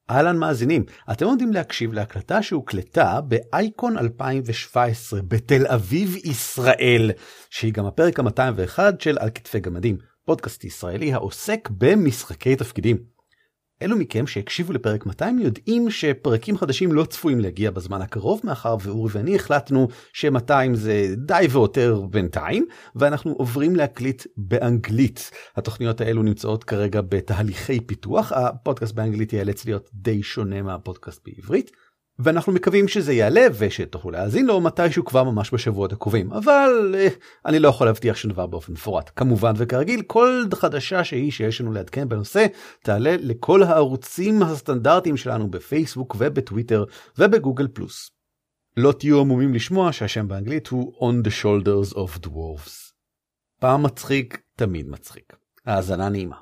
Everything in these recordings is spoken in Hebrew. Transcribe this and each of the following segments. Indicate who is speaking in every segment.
Speaker 1: אהלן מאזינים, אתם עומדים להקשיב להקלטה שהוקלטה באייקון 2017 בתל אביב ישראל, שהיא גם הפרק ה-201 של על כתפי גמדים, פודקאסט ישראלי העוסק במשחקי תפקידים. אלו מכם שהקשיבו לפרק 200 יודעים שפרקים חדשים לא צפויים להגיע בזמן הקרוב, מאחר ואורי ואני החלטנו ש200 זה די ויותר בינתיים, ואנחנו עוברים להקליט באנגלית. התוכניות האלו נמצאות כרגע בתהליכי פיתוח, הפודקאסט באנגלית ייאלץ להיות די שונה מהפודקאסט בעברית, ואנחנו מקווים שזה יעלה ושתוכלו להאזין לו מתישהו כבר ממש בשבועות הקרובים, אבל אני לא יכול להבטיח שום דבר באופן מפורט. כמובן וכרגיל, כל חדשה שיש לנו לעדכן בנושא תעלה לכל הערוצים הסטנדרטיים שלנו בפייסבוק ובטוויטר ובגוגל פלוס. לא תהיו עמומים לשמוע שהשם באנגלית הוא On the Shoulders of Dwarves. פעם מצחיק, תמיד מצחיק. האזנה נעימה.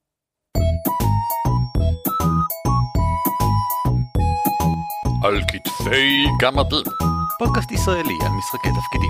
Speaker 2: על כתפי גמדים,
Speaker 1: פודקאסט ישראלי על משחקי תפקידים.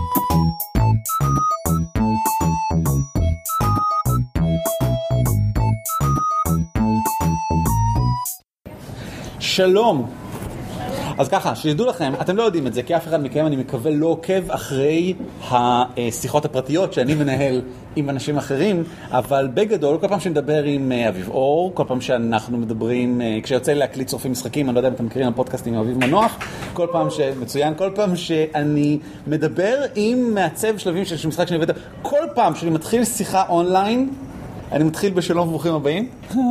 Speaker 1: שלום. אז ככה, שידעו לכם, אתם לא יודעים את זה, כי אף אחד מכם, אני מקווה, לא עוקב אחרי השיחות הפרטיות שאני מנהל עם אנשים אחרים, אבל בגדול, כל פעם שנדבר עם אביב אור, כל פעם שאנחנו מדברים, כשיוצא לי להקליט צורפים משחקים, אני לא יודע אם אתם מכירים הפודקאסטים עם אביב מנוח, כל פעם שמצוין, כל פעם שאני מדבר עם מעצב שלבים של משחק שאני עובד, כל פעם שאני מתחיל שיחה אונליין, אני מתחיל בשלום וברוכים הבאים.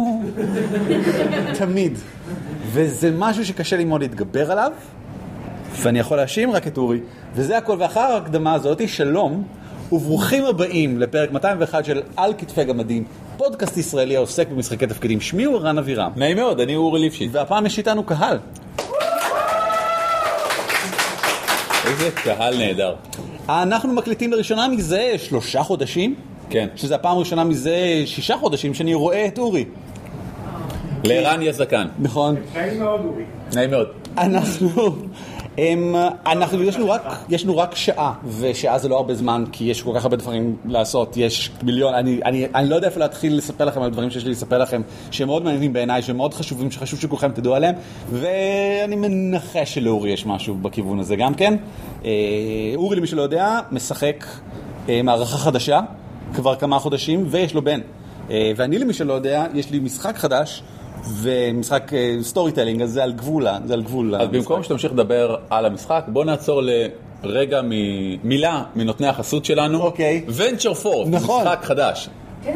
Speaker 1: תמיד. וזה משהו שקשה לי מאוד להתגבר עליו, ואני יכול להאשים רק את אורי. וזה הכל, ואחר ההקדמה הזאת, שלום וברוכים הבאים לפרק 201 של על כתפי גמדים, פודקאסט ישראלי העוסק במשחקי תפקידים. שמי הוא רן אבירם.
Speaker 2: נעים מאוד, אני אורי ליפשיץ.
Speaker 1: והפעם יש איתנו קהל.
Speaker 2: איזה קהל נהדר.
Speaker 1: אנחנו מקליטים לראשונה מזה 3 חודשים.
Speaker 2: כן.
Speaker 1: שזה הפעם הראשונה מזה 6 חודשים שאני רואה את אורי.
Speaker 2: לערן יזקן.
Speaker 1: נכון.
Speaker 3: נעים מאוד אורי.
Speaker 2: נעים מאוד.
Speaker 1: יש לנו רק שעה, ושעה זה לא הרבה זמן, כי יש כל כך הרבה דברים לעשות, יש מיליון, אני לא יודע איפה להתחיל לספר לכם על דברים שיש לי לספר לכם, שהם מאוד מעניינים בעיניי, שהם מאוד חשובים, שחשוב שכולכם תדעו עליהם, ואני מנחש שלאורי יש משהו בכיוון הזה גם כן. אורי, למי שלא יודע, משחק מערכה חדשה, כבר כמה חודשים, ויש לו בן. ואני, למי שלא יודע, יש לי משחק חדש, ומשחק סטורי טיילינג, אז זה על גבול.
Speaker 2: אז במקום שתמשיך לדבר על המשחק, בוא נעצור לרגע מילה מנותני החסות שלנו.
Speaker 1: אוקיי.
Speaker 2: ונצ'ר פורס,
Speaker 1: נכון.
Speaker 2: משחק חדש.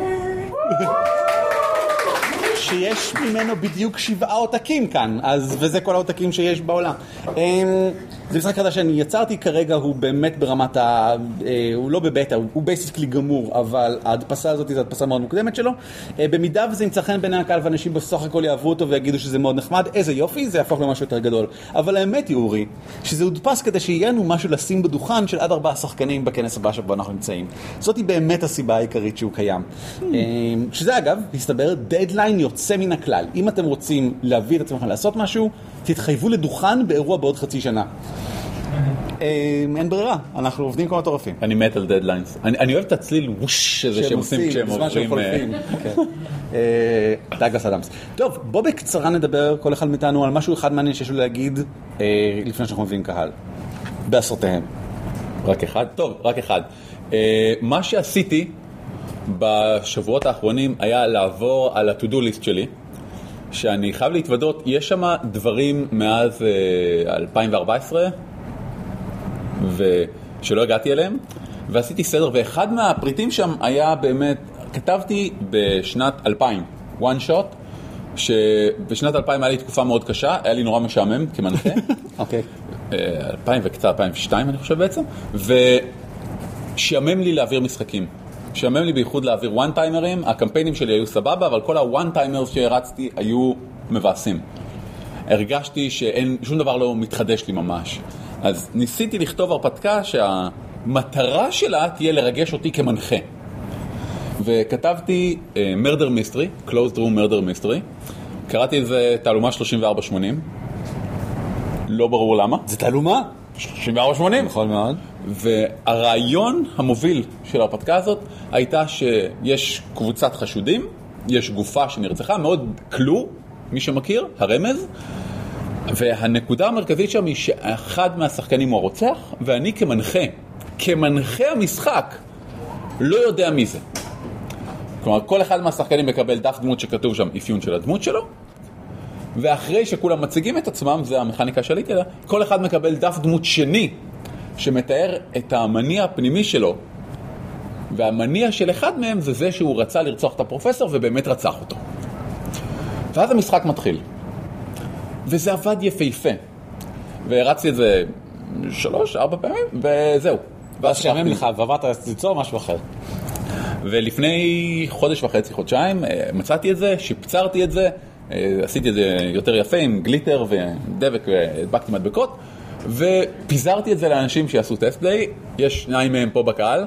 Speaker 1: שיש ממנו בדיוק 7 עותקים כאן, וזה כל העותקים שיש בעולם. זה משחק חדש שאני יצרתי כרגע, הוא באמת ברמת הוא לא בבטא, הוא בייסיקלי גמור, אבל ההדפסה הזאת זו הדפסה מאוד מוקדמת שלו. במידה וזה ימצא חן בעיני הקהל ואנשים בסך הכל יאהבו אותו ויגידו שזה מאוד נחמד, איזה יופי, זה יהפוך למשהו יותר גדול. אבל האמת היא, אורי, שזה הודפס כדי שיהיה לנו משהו לשים בדוכן של עד 4 שחקנים בכנס הבא שבו אנחנו נמצאים. זאת היא באמת הסיבה העיקרית שהוא קיים. שזה אגב, הסתבר, דדליין יוצא מן הכלל. אם אתם רוצים להביא את עצמכם לעשות משהו, תתחייבו לדוכן באירוע בעוד חצי שנה. אין ברירה, אנחנו עובדים כמו מטורפים.
Speaker 2: אני מת על דדליינס. אני אוהב את הצליל ווש הזה שהם עושים כשהם עוברים.
Speaker 1: דאגלס אדמס. טוב, בוא בקצרה נדבר כל אחד מאיתנו על משהו אחד מעניין שיש לו להגיד לפני שאנחנו מביאים קהל. בעשרותיהם.
Speaker 2: רק אחד? טוב, רק אחד. מה שעשיתי בשבועות האחרונים היה לעבור על ה-to-do list שלי, שאני חייב להתוודות, יש שם דברים מאז 2014 ושלא הגעתי אליהם, ועשיתי סדר, ואחד מהפריטים שם היה באמת, כתבתי בשנת 2000 one shot, שבשנת 2000 היה לי תקופה מאוד קשה, היה לי נורא משעמם כמנחה.
Speaker 1: אוקיי.
Speaker 2: 2000 וקצת, 2002 אני חושב בעצם, ושעמם לי להעביר משחקים. שעמם לי בייחוד להעביר one timer'ים, הקמפיינים שלי היו סבבה, אבל כל ה-one timers שהרצתי היו מבאסים. הרגשתי ששום דבר לא מתחדש לי ממש. אז ניסיתי לכתוב הרפתקה שהמטרה שלה תהיה לרגש אותי כמנחה. וכתבתי murder mystery, closed room murder mystery. קראתי את זה תעלומה 3480. לא ברור למה.
Speaker 1: זה תעלומה?
Speaker 2: 3480.
Speaker 1: נכון מאוד.
Speaker 2: והרעיון המוביל של ההרפתקה הזאת הייתה שיש קבוצת חשודים, יש גופה שנרצחה, מאוד קלו, מי שמכיר, הרמז. והנקודה המרכזית שם היא שאחד מהשחקנים הוא הרוצח, ואני כמנחה המשחק, לא יודע מי זה. כלומר, כל אחד מהשחקנים מקבל דף דמות שכתוב שם אפיון של הדמות שלו, ואחרי שכולם מציגים את עצמם, זה המכניקה שליתי לה, כל אחד מקבל דף דמות שני, שמתאר את המניע הפנימי שלו, והמניע של אחד מהם זה זה שהוא רצה לרצוח את הפרופסור, ובאמת רצח אותו. ואז המשחק מתחיל. וזה עבד יפהפה. והרצתי את זה 3-4 פעמים, וזהו.
Speaker 1: ואז שעמם לך, ועברת ליצור משהו אחר.
Speaker 2: ולפני חודש וחצי, חודשיים, מצאתי את זה, שיפצרתי את זה, עשיתי את זה יותר יפה עם גליטר ודבק והדבקתי מדבקות, ופיזרתי את זה לאנשים שיעשו טסט פליי. יש 2 מהם פה בקהל.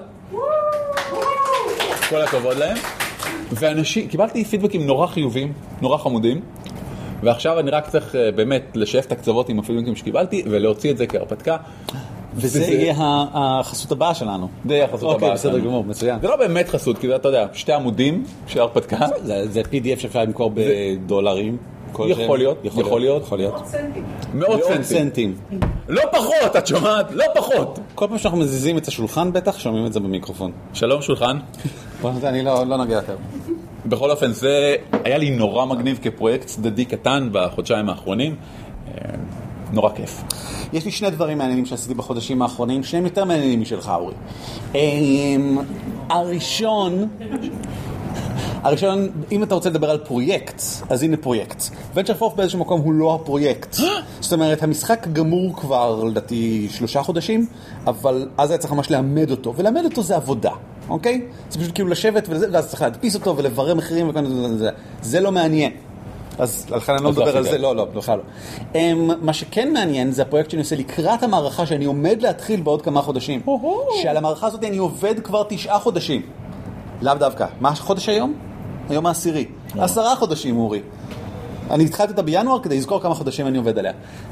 Speaker 2: כל הכבוד להם. ואנשים, קיבלתי פידבקים נורא חיובים, נורא חמודים, ועכשיו אני רק צריך באמת לשאף את הקצוות עם הפידבקים שקיבלתי, ולהוציא את זה כהרפתקה.
Speaker 1: וזה יהיה החסות הבאה שלנו.
Speaker 2: זה יהיה החסות הבאה
Speaker 1: בסדר
Speaker 2: שלנו.
Speaker 1: גמור, מצוין.
Speaker 2: זה לא באמת חסות, כי זה, אתה יודע, 2 עמודים של הרפתקה.
Speaker 1: זה PDF שאפשר למכור בדולרים.
Speaker 2: יכול להיות. מאות סנטים. לא פחות, את שומעת? לא פחות.
Speaker 1: כל פעם שאנחנו מזיזים את השולחן, בטח שומעים את זה במיקרופון.
Speaker 2: שלום שולחן.
Speaker 1: אני לא נגיע יותר.
Speaker 2: בכל אופן, זה היה לי נורא מגניב כפרויקט צדדי קטן בחודשיים האחרונים. נורא כיף.
Speaker 1: יש לי 2 דברים מעניינים שעשיתי בחודשים האחרונים, שניהם יותר מעניינים משלך, אורי. הראשון, אם אתה רוצה לדבר על פרויקט, אז הנה פרויקט. ונצ'ר פורף באיזשהו מקום הוא לא הפרויקט. זאת אומרת, המשחק גמור כבר, לדעתי, 3 חודשים, אבל אז היה צריך ממש לאמד אותו, ולאמד אותו זה עבודה, אוקיי? זה פשוט כאילו לשבת, ואז צריך להדפיס אותו ולברר מחירים, זה לא מעניין. אז לכן אני לא מדבר על זה, לא, בכלל לא. מה שכן מעניין זה הפרויקט שאני עושה לקראת המערכה שאני עומד להתחיל בעוד כמה חודשים. שעל המערכה הזאת אני עובד כבר 9 חודשים. לאו דווקא. מה חודש היום? היום העשירי. 10 חודשים, אורי. אני התחלתי אותה בינואר כדי לזכור כמה חודשים אני עובד עליה.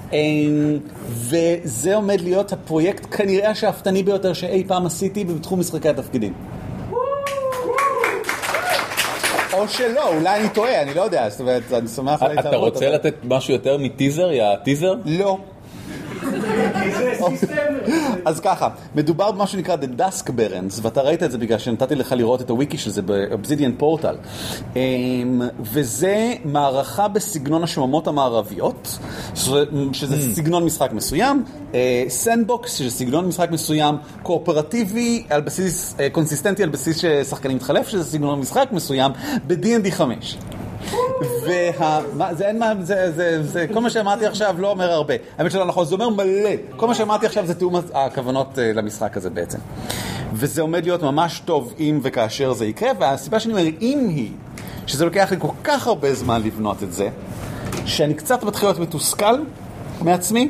Speaker 1: וזה עומד להיות הפרויקט כנראה השאפתני ביותר שאי פעם עשיתי בתחום משחקי התפקידים. או שלא, אולי אני טועה, אני לא יודע, זאת אומרת, אני שמח על ההתערבות.
Speaker 2: אתה רוצה לתת משהו יותר מטיזר, יא טיזר?
Speaker 1: לא. אז ככה, מדובר במשהו שנקרא The Dusk Barons, ואתה ראית את זה בגלל שנתתי לך לראות את הוויקי של זה ב-Obsidian Portal, וזה מערכה בסגנון השממות המערביות, שזה סגנון משחק מסוים, סנדבוקס, שזה סגנון משחק מסוים, קואופרטיבי, על בסיס, קונסיסטנטי על בסיס ששחקנים מתחלף, שזה סגנון משחק מסוים, ב-D&D 5. זה כל מה שאמרתי עכשיו לא אומר הרבה. האמת שלא נכון, זה אומר מלא. כל מה שאמרתי עכשיו זה תיאום הכוונות למשחק הזה בעצם. וזה עומד להיות ממש טוב אם וכאשר זה יקרה, והסיבה שאני אומר אם היא, שזה לוקח לי כל כך הרבה זמן לבנות את זה, שאני קצת מתחיל להיות מתוסכל מעצמי,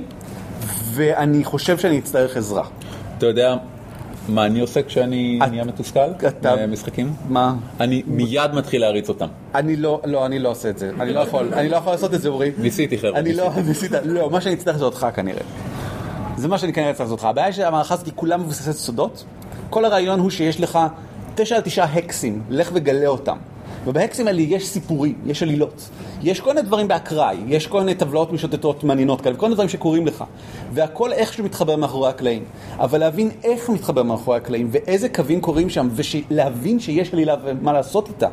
Speaker 1: ואני חושב שאני אצטרך עזרה.
Speaker 2: אתה יודע מה אני עושה כשאני נהיה מתוסכל במשחקים?
Speaker 1: מה?
Speaker 2: אני מיד מתחיל להריץ אותם.
Speaker 1: אני לא עושה את זה. אני לא יכול לעשות את זה, אורי.
Speaker 2: ניסיתי, חבר'ה.
Speaker 1: לא, מה שאני אצטרך זה אותך כנראה. זה מה שאני כנראה צריך אותך. הבעיה היא שהמערכה הזאת היא כולה מבוססת סודות. כל הרעיון הוא שיש לך 9 על 9 הקסים, לך וגלה אותם. ובהקסים האלה יש סיפורים, יש עלילות. יש כל מיני דברים באקראי, יש כל מיני טבלאות משוטטות מעניינות כאלה, כל מיני דברים שקורים לך. והכל איכשהו מתחבר מאחורי הקלעים. אבל להבין איך מתחבר מאחורי הקלעים, ואיזה קווים קורים שם, ולהבין שיש עלילה ומה לעשות איתה.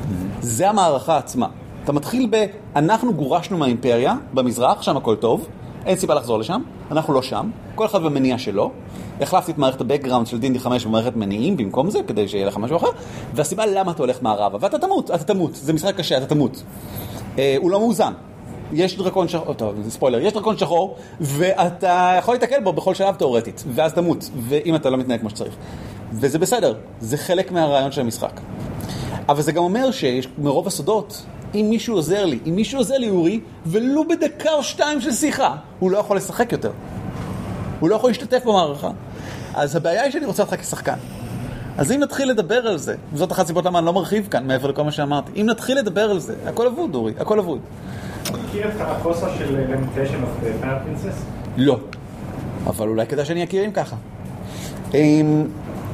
Speaker 1: זה המערכה עצמה. אתה מתחיל אנחנו גורשנו מהאימפריה, במזרח, שם הכל טוב, אין סיבה לחזור לשם, אנחנו לא שם, כל אחד במניע שלו. החלפתי את מערכת הבקגראונד של D&D 5 במערכת מניעים במקום זה, כדי שיהיה לך משהו אחר, והסיבה למה אתה הולך מערבה, ואתה תמות, זה משחק קשה, אתה תמות. הוא לא מאוזן. יש דרקון שחור, טוב, זה ספוילר, יש דרקון שחור, ואתה יכול להתקל בו בכל שלב תיאורטית, ואז תמות, ואם אתה לא מתנהג כמו שצריך. וזה בסדר, זה חלק מהרעיון של המשחק. אבל זה גם אומר שיש מרוב הסודות, אם מישהו עוזר לי אורי, ולו בדקה או 2 של שיחה, הוא לא יכול לשחק יותר. הוא לא יכול להשתתף במערכה. אז הבעיה היא שאני רוצה אותך כשחקן. אז אם נתחיל לדבר על זה, וזאת אחת סיבות למה אני לא מרחיב כאן, מעבר לכל מה שאמרתי, אם נתחיל לדבר על זה, הכל אבוד, אורי, הכל אבוד.
Speaker 3: מכיר את הקוסה של Lamentation of the Final Princess?
Speaker 1: לא. אבל אולי כדאי שאני אכיר אם ככה.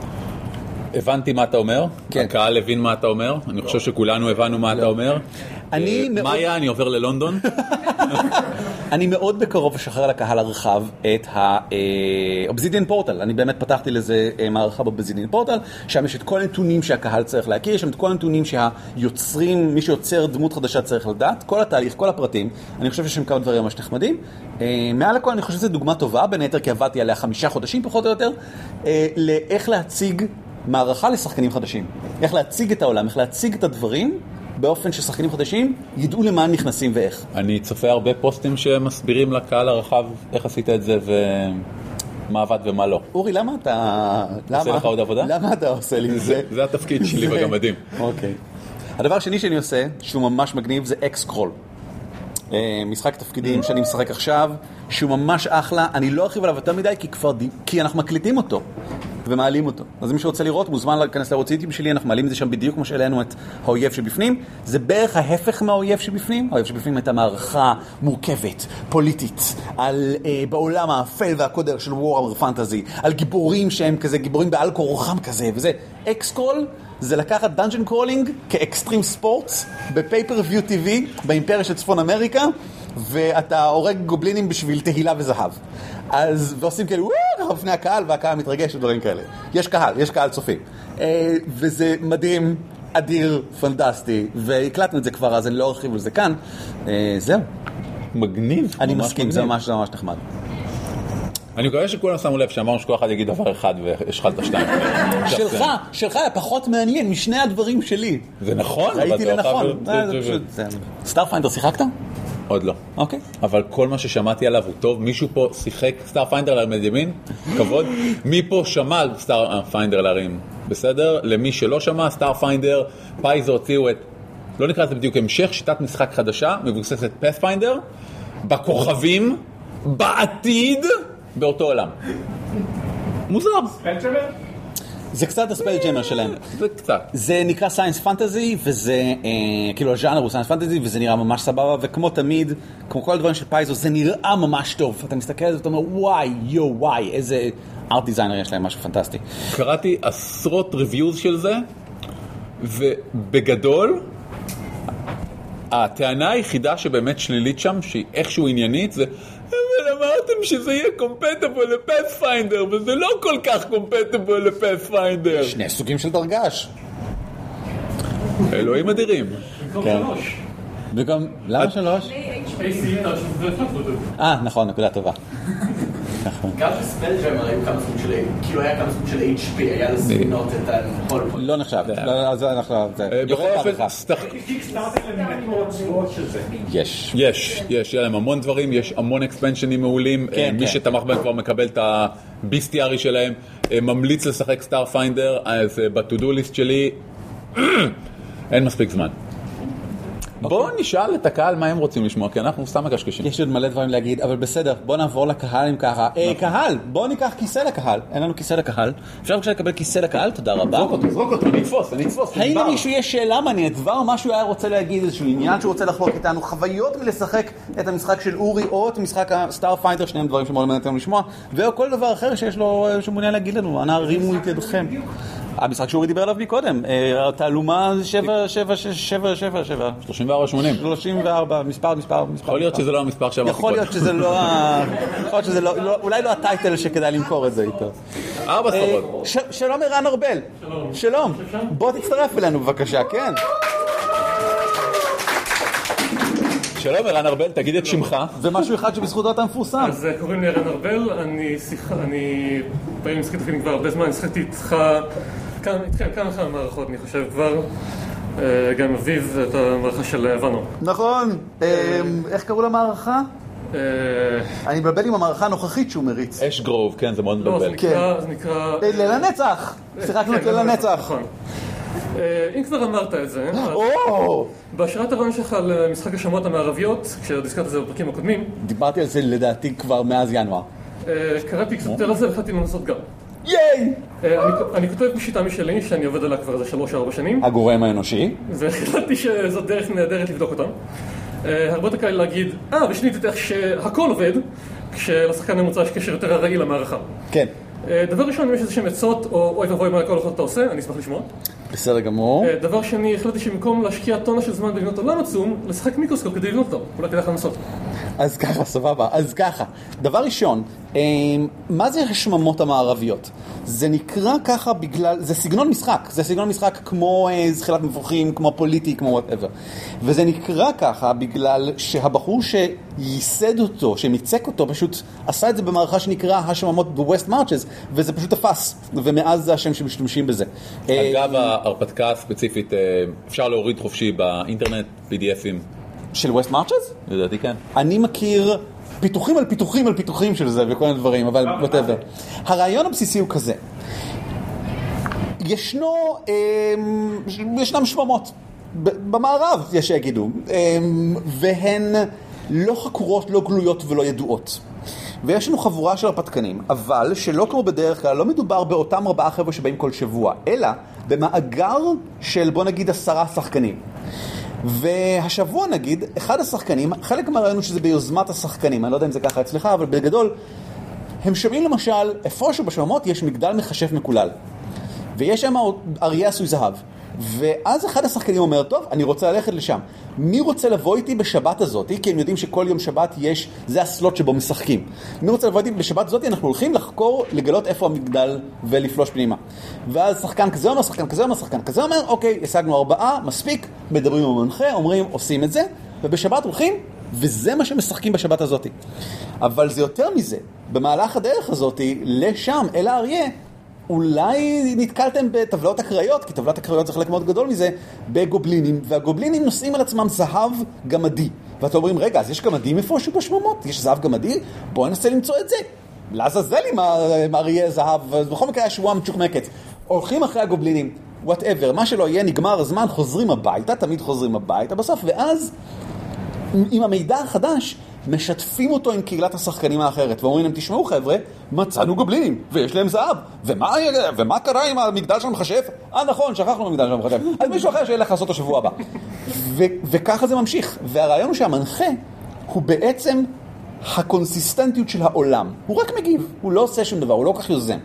Speaker 2: הבנתי מה אתה אומר,
Speaker 1: כן.
Speaker 2: הקהל הבין מה אתה אומר, אני חושב שכולנו הבנו מה אתה אומר. מאיה, אני עובר ללונדון.
Speaker 1: אני מאוד בקרוב אשחרר לקהל הרחב את ה-Obsidian Portal. אני באמת פתחתי לזה מערכה ב-Obsidian Portal, שם יש את כל הנתונים שהקהל צריך להכיר, יש שם את כל הנתונים שהיוצרים, מי שיוצר דמות חדשה צריך לדעת, כל התהליך, כל הפרטים. אני חושב שיש שם כמה דברים ממש נחמדים. מעל הכל אני חושב שזו דוגמה טובה, בין היתר כי עבדתי עליה 5 חודשים פחות או יותר, לאיך להציג מערכה לשחקנים חדשים. איך להציג את העולם, איך להציג את הדברים, באופן ששחקנים חדשים ידעו למה הם נכנסים ואיך.
Speaker 2: אני צופה הרבה פוסטים שמסבירים לקהל הרחב איך עשית את זה ומה עבד ומה לא.
Speaker 1: אורי, למה אתה...
Speaker 2: עושה לך עוד עבודה?
Speaker 1: למה אתה עושה לי זה?
Speaker 2: זה התפקיד שלי בגמדים.
Speaker 1: אוקיי. הדבר השני שאני עושה, שהוא ממש מגניב, זה אקס-קרול. משחק תפקידים שאני משחק עכשיו, שהוא ממש אחלה. אני לא ארחיב עליו יותר מדי, כי אנחנו מקליטים אותו ומעלים אותו. אז מי שרוצה לראות, מוזמן להיכנס לערוץ היוטיוב שלי, אנחנו מעלים את זה שם בדיוק כמו שהעלינו את האויב שבפנים. זה בערך ההפך מהאויב שבפנים. האויב שבפנים הייתה מערכה מורכבת, פוליטית, בעולם האפל והקודר של וורהמר פנטזי, על גיבורים שהם כזה, גיבורים בעל כורחם כזה, וזה אקס-קרול. זה לקחת דאנג'ן קרולינג כאקסטרים ספורטס בפייפר-ויו TV באימפריה של צפון אמריקה, ואתה הורג גובלינים בשביל תהילה וזהב. אז ועושים כאלה ככה בפני הקהל, והקהל מתרגש ודברים כאלה. יש קהל צופים. וזה מדהים, אדיר, פנטסטי, והקלטנו את זה כבר, אז אני לא ארחיב על זה כאן. זהו.
Speaker 2: מגניב.
Speaker 1: אני מסכים, זה ממש נחמד.
Speaker 2: אני מקווה שכולם שמו לב שאמרנו שכל אחד יגיד דבר אחד והשחלת 2.
Speaker 1: שלך היה פחות מעניין משני הדברים שלי.
Speaker 2: זה נכון.
Speaker 1: ראיתי לנכון. סטארפיינדר שיחקת?
Speaker 2: עוד לא.
Speaker 1: אוקיי.
Speaker 2: אבל כל מה ששמעתי עליו הוא טוב. מישהו פה שיחק סטארפיינדר להרים ימין? כבוד. מי פה שמע על סטארפיינדר להרים? בסדר? למי שלא שמע, סטארפיינדר, פייזו הוציאו את, לא נקרא את זה בדיוק, המשך שיטת משחק חדשה, מבוססת פאת'פיינדר, בכוכבים, בעתיד, באותו עולם. מוזר.
Speaker 3: ספלג'מר?
Speaker 1: זה קצת הספל ג'מר שלהם.
Speaker 2: זה קצת.
Speaker 1: זה נקרא סיינס פנטזי, וזה, כאילו הז'אנר הוא סיינס פנטזי, וזה נראה ממש סבבה, וכמו תמיד, כמו כל הדברים של פייזו, זה נראה ממש טוב. אתה מסתכל על זה ואתה אומר, וואי, איזה ארט דיזיינר יש להם, משהו פנטסטי.
Speaker 2: קראתי עשרות ריוויוז של זה, ובגדול, הטענה היחידה שבאמת שלילית שם, שהיא איכשהו עניינית, זה אבל אמרתם שזה יהיה קומפטיבל לפאת'פיינדר, וזה לא כל כך קומפטיבל לפאת'פיינדר.
Speaker 1: 2 סוגים של דרגש.
Speaker 2: אלוהים אדירים.
Speaker 3: במקום 3.
Speaker 1: וגם, למה 3? נכון, נקודה טובה.
Speaker 4: גם בספלג'מר היו כמה סוג של כאילו היה כמה סוג של HP, היה לספינות את הכל.
Speaker 1: לא נחשב. אז אנחנו...
Speaker 2: בכל אופן,
Speaker 3: קיקסטארטר למינטות צבועות של זה.
Speaker 2: יש להם המון דברים, יש המון אקספנשנים מעולים, מי שתמך בהם כבר מקבל את הביסטיארי שלהם, ממליץ לשחק סטארפיינדר, אז בטודו ליסט שלי אין מספיק זמן. בואו נשאל את הקהל מה הם רוצים לשמוע, כי אנחנו סתם מקשקשים.
Speaker 1: יש עוד מלא דברים להגיד, אבל בסדר, בואו נעבור לקהל עם ככה. קהל, בואו ניקח כיסא לקהל. אין לנו כיסא לקהל. אפשר בבקשה לקבל כיסא לקהל? תודה רבה.
Speaker 2: זרוק אותו, אני אתפוס.
Speaker 1: האם למישהו יש שאלה מעניינת? דבר משהו היה רוצה להגיד, איזשהו עניין שהוא רוצה לחלוק איתנו, חוויות מלשחק את המשחק של אורי, או את משחק הסטארפיינדר, שניהם דברים שמאוד מעניינים לשמוע, או כל דבר אחר שיש לו, שהוא מעוניין להגיד לנו. אנא הרימו את ידכם. המשחק שאורי דיבר עליו מקודם, התעלומה 34, מספר.
Speaker 2: יכול להיות שזה לא המספר שאמרתי קודם.
Speaker 1: יכול להיות שזה לא, אולי לא הטייטל שכדאי למכור את זה איתו.
Speaker 2: 4 ספרות.
Speaker 1: שלום ערן ארבל. שלום. בוא תצטרף אלינו בבקשה, כן.
Speaker 2: שלום ערן ארבל, תגיד את שמך.
Speaker 1: זה משהו אחד שבזכותו אתה מפורסם.
Speaker 5: אז קוראים לי ערן ארבל, אני פעמים משחק תפקידים כבר הרבה זמן, שחקתי איתך כמה מערכות, אני חושב כבר, גם אביב, את המערכה של ונו.
Speaker 1: נכון, איך קראו למערכה? אני מבלבל עם המערכה הנוכחית שהוא מריץ.
Speaker 2: אש גרוב, כן, זה מאוד מבלבל.
Speaker 5: לא, זה נקרא...
Speaker 1: ליל הנצח! שיחקנו את ליל הנצח.
Speaker 5: נכון. אם כבר אמרת את זה, בהשראת הרעיון שלך למשחק השמות המערביות, כשדיסקת את זה בפרקים הקודמים,
Speaker 1: דיברתי על זה לדעתי כבר מאז ינואר.
Speaker 5: קראתי קצת יותר על זה והחלטתי לנסות גם.
Speaker 1: ייי!
Speaker 5: אני כותב בשיטה משלי שאני עובד עליה כבר איזה 3-4 שנים.
Speaker 1: הגורם האנושי.
Speaker 5: והחלטתי שזאת דרך נהדרת לבדוק אותם. הרבה יותר קל להגיד, ושנית את איך שהכל עובד, כשלשחקן ממוצע יש קשר יותר הרעיל למערכה.
Speaker 1: כן.
Speaker 5: דבר ראשון, אם יש איזה שהם עצות, או אוי ובוי מה הכל אתה עושה, אני אשמח לשמוע.
Speaker 1: בסדר גמור.
Speaker 5: דבר שני, החלטתי שבמקום להשקיע טונה של זמן בלבנות עולם עצום, לשחק מיקרוסקופ כדי לבנות אותו. אולי כדאי לנסות.
Speaker 1: אז ככה, סבבה. אז ככה. דבר ראשון, מה זה השממות המערביות? זה נקרא ככה בגלל, זה סגנון משחק. זה סגנון משחק כמו זחילת מבוכים, כמו פוליטי, כמו whatever. וזה נקרא ככה בגלל שהבחור שייסד אותו, שמיצק אותו, פשוט עשה את זה במערכה שנקרא השממות ב-West Marches, וזה פשוט תפס. ומאז זה השם שמשתמשים בזה.
Speaker 2: אגב, ההרפתקה הספציפית, אפשר להוריד חופשי באינטרנט, PDFים.
Speaker 1: של West Marches?
Speaker 2: לדעתי כן.
Speaker 1: אני מכיר פיתוחים על פיתוחים על פיתוחים של זה וכל מיני דברים, אבל whatever. הרעיון הבסיסי הוא כזה. ישנם שממות. במערב יש שיגידו. והן לא חקורות, לא גלויות ולא ידועות. ויש לנו חבורה של הרפתקנים, אבל שלא כמו בדרך כלל, לא מדובר באותם 4 חבר'ה שבאים כל שבוע, אלא במאגר של בוא נגיד 10 שחקנים. והשבוע נגיד, אחד השחקנים, חלק מהרעיון שזה ביוזמת השחקנים, אני לא יודע אם זה ככה אצלך, אבל בגדול, הם שומעים למשל, איפשהו בשממות יש מגדל מחשף מקולל. ויש שם אריה עשוי זהב. ואז אחד השחקנים אומר, טוב, אני רוצה ללכת לשם. מי רוצה לבוא איתי בשבת הזאת? כי הם יודעים שכל יום שבת יש, זה הסלוט שבו משחקים. מי רוצה לבוא איתי בשבת הזאת? אנחנו הולכים לחקור, לגלות איפה המגדל ולפלוש פנימה. ואז שחקן כזה אומר, שחקן כזה אומר, שחקן כזה אומר, אוקיי, השגנו 4, מספיק, מדברים עם המנחה, אומרים, עושים את זה, ובשבת הולכים, וזה מה שמשחקים בשבת הזאת. אבל זה יותר מזה. במהלך הדרך הזאת, לשם, אל האריה, אולי נתקלתם בטבלאות הקריות, כי טבלת הקריות זה חלק מאוד גדול מזה, בגובלינים, והגובלינים נושאים על עצמם זהב גמדי. ואתם אומרים, רגע, אז יש גמדים איפשהו בשממות? יש זהב גמדי? בואו ננסה למצוא את זה. לעזאזל עם אריה זהב, בכל מקרה השבועה מצ'וקמקת. הולכים אחרי הגובלינים, whatever, מה שלא יהיה, נגמר הזמן, חוזרים הביתה, תמיד חוזרים הביתה בסוף, ואז עם המידע החדש, משתפים אותו עם קהילת השחקנים האחרת, ואומרים להם, תשמעו חבר'ה, מצאנו גובלינים, ויש להם זהב, ומה קרה עם המגדל שלנו מחשף? נכון, שכחנו המגדל שלנו מחשף, אז מישהו אחר שילך לעשות אותו שבוע הבא. וככה זה ממשיך, והרעיון הוא שהמנחה הוא בעצם הקונסיסטנטיות של העולם, הוא רק מגיב, הוא לא עושה שום דבר, הוא לא כך יוזם.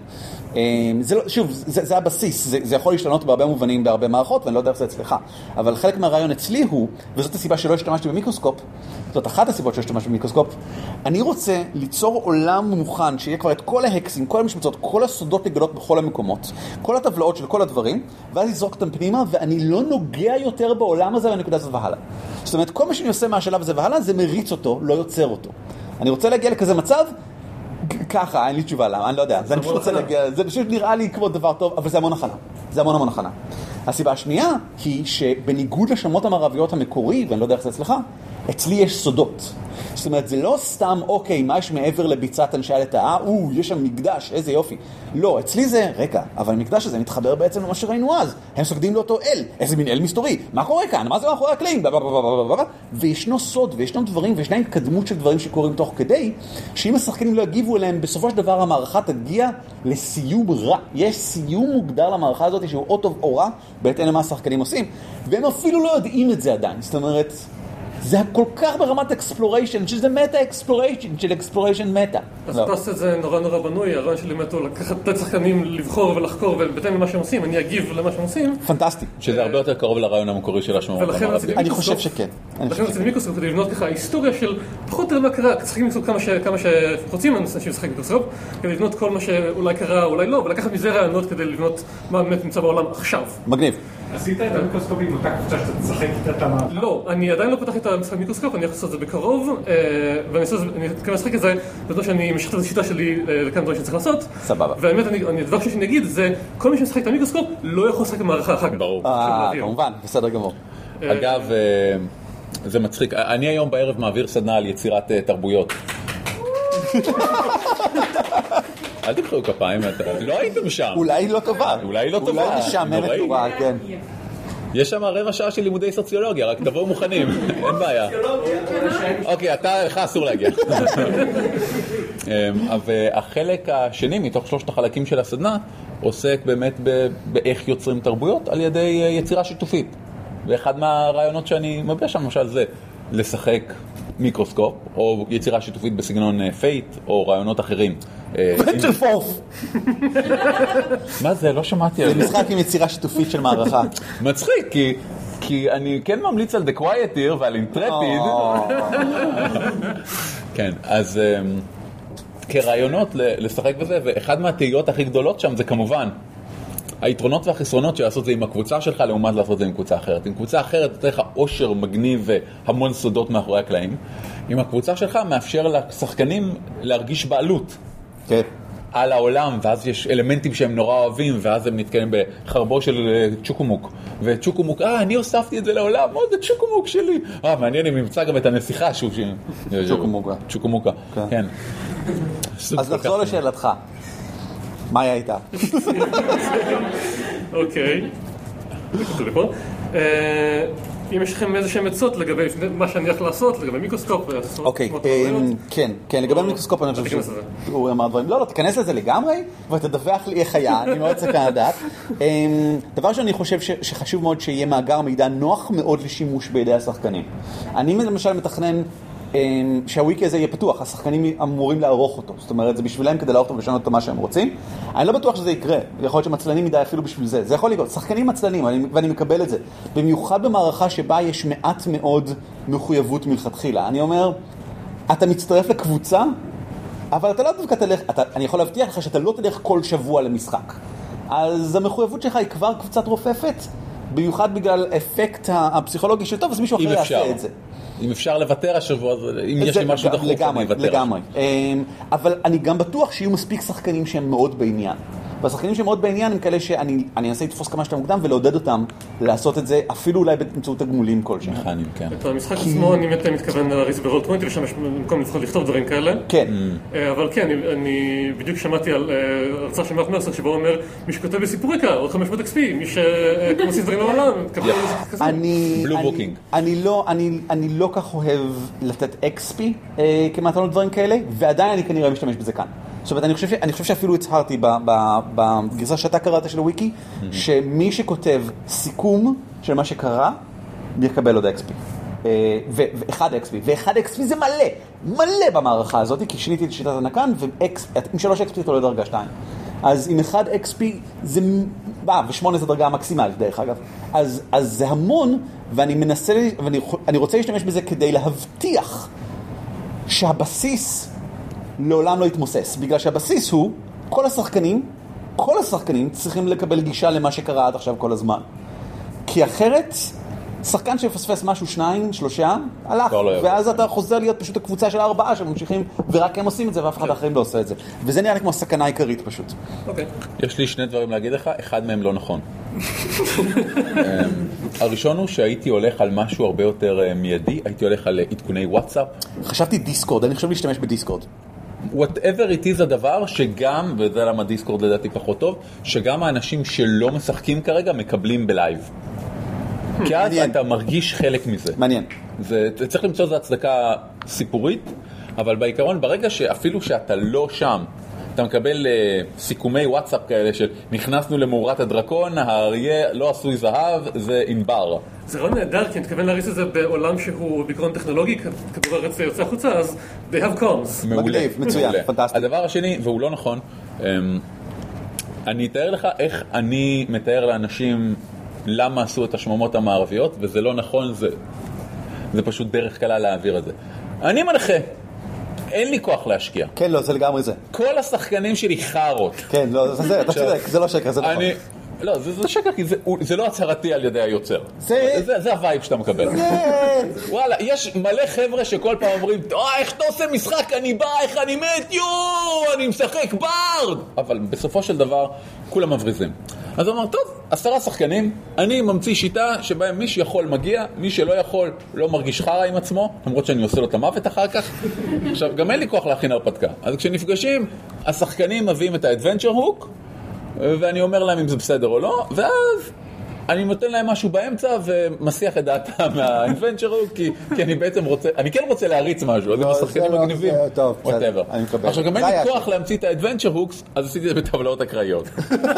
Speaker 1: שוב, זה הבסיס, זה יכול להשתנות בהרבה מובנים, בהרבה מערכות, ואני לא יודע איך זה אצלך. אבל חלק מהרעיון אצלי הוא, וזאת הסיבה שלא השתמשתי במיקרוסקופ, זאת אחת הסיבות שלא השתמשתי במיקרוסקופ, אני רוצה ליצור עולם מוכן, שיהיה כבר את כל ההקסים, כל המשמצות, כל הסודות לגלות בכל המקומות, כל הטבלאות של כל הדברים, ואז לזרוק אותם פנימה, ואני לא נוגע יותר בעולם הזה לנקודה הזאת והלאה. זאת אומרת, כל מה שאני עושה מהשלב הזה והלאה, זה מריץ אותו, לא יוצר אותו. אני רוצה להגיע לכזה מצב, ככה, אין לי תשובה למה, אני לא יודע. אני פשוט רוצה להגיע, זה פשוט נראה לי כמו דבר טוב, אבל זה המון הכנה. זה המון הכנה. הסיבה השנייה היא שבניגוד לשמות המערביות המקורי, ואני לא יודע איך זה אצלך, אצלי יש סודות. זאת אומרת, זה לא סתם, אוקיי, מה יש מעבר לביצת אנשי הלטאה? יש שם מקדש, איזה יופי. לא, אצלי זה, רגע, אבל המקדש הזה מתחבר בעצם למה שראינו אז. הם סוגדים לאותו אל, איזה מין אל מסתורי. מה קורה כאן? מה זה מאחורי הקלעים? וישנו סוד, וישנו דברים, וישנה התקדמות של דברים שקורים תוך כדי, שאם השחקנים לא יגיבו אליהם, בסופו של דבר המערכה תגיע לסיום רע. יש סיום מוגדר למערכה הזאת שהוא או טוב או רע, בהתאם למה השחקנים עושים, והם אפילו לא יודעים את זה עדיין. זאת אומרת, זה כל כך ברמת אקספלוריישן, שזה מטה אקספלוריישן, של אקספלוריישן מטה.
Speaker 5: אז אתה עושה את זה נורא בנוי, הרעיון שלי הוא לקחת את השחקנים לבחור ולחקור, ובהתאם למה שהם עושים, אני אגיב למה שהם עושים.
Speaker 1: פנטסטי.
Speaker 2: שזה הרבה יותר קרוב לרעיון המקורי של השממות המערביות.
Speaker 1: אני חושב שכן.
Speaker 5: לכן רציתי מיקרוסקופ כדי לבנות ככה היסטוריה של פחות או יותר מה קרה, שחקים מיקרוסקופ כמה שרוצים אנשים לשחק מיקרוסקופ, כדי לבנות כל מה שאולי קרה, אולי לא, ולקחת מזה רעיונות כדי לבנות מה באמת נמצא בעולם עכשיו.
Speaker 1: מגניב.
Speaker 3: עשית את המיקרוסקופ עם אותה קבוצה שאתה תשחק איתה את המערכה?
Speaker 5: לא, אני עדיין לא פותח את המשחק מיקרוסקופ, אני יכול לעשות את זה בקרוב, ואני אתכוון לשחק את זה, בזמן שאני משחק את השיטה שלי לכמה דברים שצריך לעשות.
Speaker 1: סבבה.
Speaker 5: והאמת, הדבר שאני אגיד, זה כל מי שמשחק את המיקרוסקופ לא יכול לשחק במערכה אחר כך.
Speaker 2: ברור.
Speaker 1: כמובן, בסדר גמור.
Speaker 2: אגב, זה מצחיק, אני היום בערב מעביר סדנה על יצירת תרבויות. אל תמחאו כפיים, לא הייתם שם.
Speaker 1: אולי לא טובה.
Speaker 2: אולי לא טובה.
Speaker 1: אולי משעממת נורא, כן.
Speaker 2: יש שם רבע שעה של לימודי סוציולוגיה, רק תבואו מוכנים, אין בעיה. אוקיי, לך אסור להגיע. והחלק השני מתוך 3 החלקים של הסדנה עוסק באמת באיך יוצרים תרבויות על ידי יצירה שיתופית. ואחד מהרעיונות שאני מביע שם למשל זה לשחק מיקרוסקופ, או יצירה שיתופית בסגנון פייט, או רעיונות אחרים.
Speaker 1: ונצ'ר פורף.
Speaker 2: מה זה? לא שמעתי על
Speaker 1: זה משחק עם יצירה שיתופית של מערכה.
Speaker 2: מצחיק, כי אני כן ממליץ על The Quiet Year ועל Intrepid. כן, אז כרעיונות לשחק בזה, ואחד מהתהיות הכי גדולות שם זה כמובן היתרונות והחסרונות של לעשות זה עם הקבוצה שלך לעומת לעשות זה עם קבוצה אחרת. עם קבוצה אחרת אתה לך עושר מגניב והמון סודות מאחורי הקלעים. עם הקבוצה שלך מאפשר לשחקנים להרגיש בעלות.
Speaker 1: כן.
Speaker 2: על העולם, ואז יש אלמנטים שהם נורא אוהבים, ואז הם נתקלים בחרבו של צ'וקומוק. וצ'וקומוק, אני הוספתי את זה לעולם, זה צ'וקומוק שלי. מעניין אם נמצא גם את הנסיכה שוב.
Speaker 1: צ'וקומוקה.
Speaker 2: צ'וקומוקה, כן.
Speaker 1: אז נחזור לשאלתך. מה היה איתה?
Speaker 5: אוקיי. אם יש לכם איזה שהם עצות לגבי מה שאני הולך לעשות, לגבי מיקרוסקופ.
Speaker 1: אוקיי, כן, לגבי מיקרוסקופ אני חושב שהוא אמר דברים. לא, תיכנס לזה לגמרי, ותדווח לי איך היה, אני מאוד סקרן לדעת. דבר שאני חושב שחשוב מאוד שיהיה מאגר מידע נוח מאוד לשימוש בידי השחקנים. אני למשל מתכנן שהוויקי הזה יהיה פתוח, השחקנים אמורים לערוך אותו, זאת אומרת, זה בשבילם כדי לערוך אותו ולשנות אותו מה שהם רוצים. אני לא בטוח שזה יקרה, יכול להיות שמצלנים מדי אפילו בשביל זה, זה יכול לקרות, שחקנים מצלנים, ואני מקבל את זה, במיוחד במערכה שבה יש מעט מאוד מחויבות מלכתחילה. אני אומר, אתה מצטרף לקבוצה, אבל אתה לא דווקא תלך, אני יכול להבטיח לך שאתה לא תלך כל שבוע למשחק, אז המחויבות שלך היא כבר קבוצת רופפת, במיוחד בגלל אפקט הפסיכולוגי של טוב, אז מישהו אחר יעשה את זה.
Speaker 2: אם אפשר לוותר השבוע, אם יש לי משהו דחוף, אני אוותר.
Speaker 1: לגמרי. אבל אני גם בטוח שיהיו מספיק שחקנים שהם מאוד בעניין. והשחקנים שהם מאוד בעניין הם כאלה שאני אנסה לתפוס כמה שאתה מוקדם ולעודד אותם לעשות את זה, אפילו אולי באמצעות תגמולים כלשהם.
Speaker 2: מכנים, כן.
Speaker 5: את המשחק עצמו אני מתכוון להריץ ב-Roll20 ושמש במקום לכתוב דברים כאלה.
Speaker 1: כן.
Speaker 5: אבל כן, אני בדיוק שמעתי על הרצאה של מרק מרסר שבו הוא אומר, מי שכותב בסיפורי קר, עוד 500 XP, מי שמוסיף דברים לעולם, תקבל כזה.
Speaker 2: בלו בוקינג.
Speaker 1: אני לא כך אוהב לתת XP כמתנות דברים כאלה, ועדיין אני כנראה משתמש בזה כאן. זאת אומרת, אני חושב שאפילו הצהרתי בגרסה שאתה קראת של הוויקי, שמי שכותב סיכום של מה שקרה, יקבל עוד XP. ו-1 XP. ו-1 XP זה מלא במערכה הזאת, כי שיניתי את שיטת הנקן, ועם 3 XP אתה עולה דרגה 2. אז עם 1 XP זה... ו8 זה דרגה המקסימלית דרך אגב. אז זה המון, ואני רוצה להשתמש בזה כדי להבטיח שהבסיס לעולם לא יתמוסס, בגלל שהבסיס הוא כל השחקנים צריכים לקבל גישה למה שקרה עד עכשיו כל הזמן. כי אחרת, שחקן שפספס משהו 2, 3, הלך, ואז אתה חוזר להיות פשוט הקבוצה של 4 שממשיכים, ורק הם עושים את זה, ואף אחד אחרים לא עושה את זה. וזה נראה לי כמו סכנה עיקרית פשוט.
Speaker 2: יש לי 2 דברים להגיד לך, אחד מהם לא נכון. הראשון הוא שהייתי הולך על משהו הרבה יותר מיידי, הייתי הולך על עדכוני וואטסאפ.
Speaker 1: חשבתי דיסקורד, אני חושב להשתמש בדיסקורד.
Speaker 2: whatever it is הדבר שגם, וזה למה דיסקורד לדעתי פחות טוב, שגם האנשים שלא משחקים כרגע מקבלים בלייב. כי אז אתה מרגיש חלק מזה.
Speaker 1: מעניין.
Speaker 2: צריך למצוא איזו הצדקה סיפורית, אבל בעיקרון ברגע שאפילו שאתה לא שם, אתה מקבל סיכומי וואטסאפ כאלה של נכנסנו למאורת הדרקון, האריה לא עשוי זהב, זה אינבר.
Speaker 5: זה לא נהדר, כי אני מתכוון להריץ את זה בעולם שהוא בעיקרון טכנולוגי, כדור הארץ יוצא החוצה, אז they have comms.
Speaker 2: מעולה,
Speaker 1: מצוין, פנטסטי.
Speaker 2: הדבר השני, והוא לא נכון, אני אתאר לך איך אני מתאר לאנשים למה עשו את השממות המערביות, וזה לא נכון, זה פשוט דרך קלה להעביר את זה. אני מנחה. אין לי כוח להשקיע.
Speaker 1: כן, לא, זה לגמרי זה.
Speaker 2: כל השחקנים שלי חרות.
Speaker 1: כן, לא, אתה צודק, זה לא שקר, זה נכון.
Speaker 2: לא, זה שקר, כי זה לא הצהרתי על ידי היוצר. זה הווייב שאתה מקבל. וואלה, יש מלא חבר'ה שכל פעם אומרים, איך אתה עושה משחק, אני בא, איך אני מת, אני משחק ברד. אבל בסופו של דבר, כולם מבריזים. אז הוא אמר, טוב, 10 שחקנים, אני ממציא שיטה שבהם מי שיכול מגיע, מי שלא יכול לא מרגיש חרה עם עצמו, למרות שאני עושה לו את המוות אחר כך. עכשיו, גם אין לי כוח להכין הרפתקה. אז כשנפגשים, השחקנים מביאים את האדוונצ'ר הוק, ואני אומר להם אם זה בסדר או לא, ואז אני נותן להם משהו באמצע ומסיח את דעתם מהאדוונצ'ר הוק, כי אני בעצם רוצה, אני כן רוצה להריץ משהו, אז הם השחקנים מגניבים, whatever. עכשיו, גם אין לי כוח להמציא את האדוונצ'ר הוקס, אז עשיתי את זה בטבלאות אקראיות.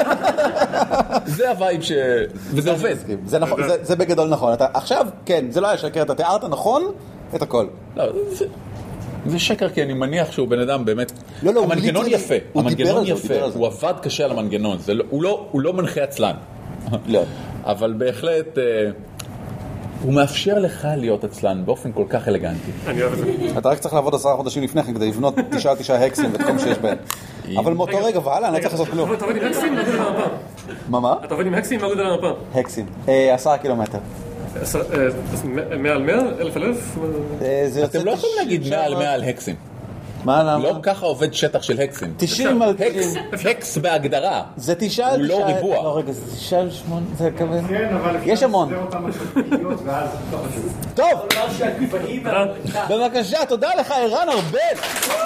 Speaker 2: זה הווייב וזה עובד.
Speaker 1: זה בגדול נכון. עכשיו, כן, זה לא היה שקר, אתה תיארת נכון,
Speaker 6: את הכל.
Speaker 2: לא, זה שקר, כי אני מניח שהוא בן אדם באמת...
Speaker 6: לא,
Speaker 2: המנגנון יפה, המנגנון יפה,
Speaker 6: הוא
Speaker 2: הוא עבד קשה על המנגנון, הוא לא מנחה עצלן.
Speaker 6: לא.
Speaker 2: אבל בהחלט... הוא מאפשר לך להיות עצלן באופן כל כך אלגנטי.
Speaker 5: אני אוהב את זה.
Speaker 6: אתה רק צריך לעבוד 10 חודשים לפני כן כדי לבנות 9 הקסים ותחום שיש בהם. אבל מאותו רגע והלאה, אני לא צריך לעשות כלום.
Speaker 5: אתה עובד עם הקסים, מה גודל המפה?
Speaker 6: מה?
Speaker 5: אתה עובד עם הקסים, מה גודל המפה?
Speaker 6: הקסים. 10 קילומטר.
Speaker 5: 100 על 100? 1000 על 1000?
Speaker 2: אתם לא יכולים להגיד 100 על 100 על הקסים.
Speaker 6: מה למה?
Speaker 2: לא ככה עובד שטח של הקסים.
Speaker 6: 90 על...
Speaker 2: הקס בהגדרה.
Speaker 6: זה 9
Speaker 2: הוא לא ריבוע.
Speaker 6: לא, רגע, זה 9 על 8, זה הכוון.
Speaker 3: כן, אבל
Speaker 6: יש המון.
Speaker 3: אפשר לסדר אותם לשקיות ואז לא חשוב.
Speaker 6: טוב,
Speaker 4: אומר שהגבהים...
Speaker 6: בבקשה, תודה לך ערן ארבל.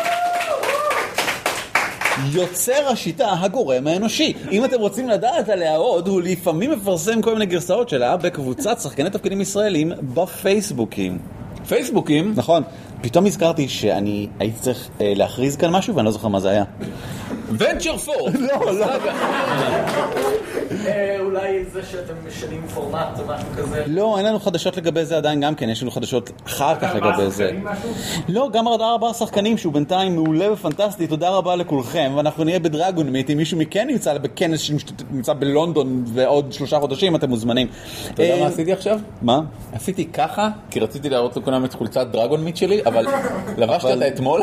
Speaker 6: יוצר השיטה הגורם האנושי. אם אתם רוצים לדעת עליה עוד, הוא לפעמים מפרסם כל מיני גרסאות שלה בקבוצת שחקני תפקידים ישראלים בפייסבוקים.
Speaker 2: פייסבוקים?
Speaker 6: נכון. פתאום הזכרתי שאני הייתי צריך להכריז כאן משהו ואני לא זוכר מה זה היה.
Speaker 2: ונצ'ר פורט!
Speaker 6: לא.
Speaker 4: אולי זה שאתם משנים פורמט או משהו כזה.
Speaker 6: לא, אין לנו חדשות לגבי זה עדיין גם כן, יש לנו חדשות אחר כך לגבי זה. לא, גם 4 שחקנים שהוא בינתיים מעולה ופנטסטי, תודה רבה לכולכם, ואנחנו נהיה בדרגון מיט, אם מישהו מכן נמצא בכנס שנמצא בלונדון ועוד 3 חודשים, אתם מוזמנים.
Speaker 2: אתה יודע מה עשיתי עכשיו?
Speaker 6: מה?
Speaker 2: עשיתי ככה, כי רציתי להראות לכולם את חולצת דרגון מיט שלי, אבל לבשתי אותה אתמול,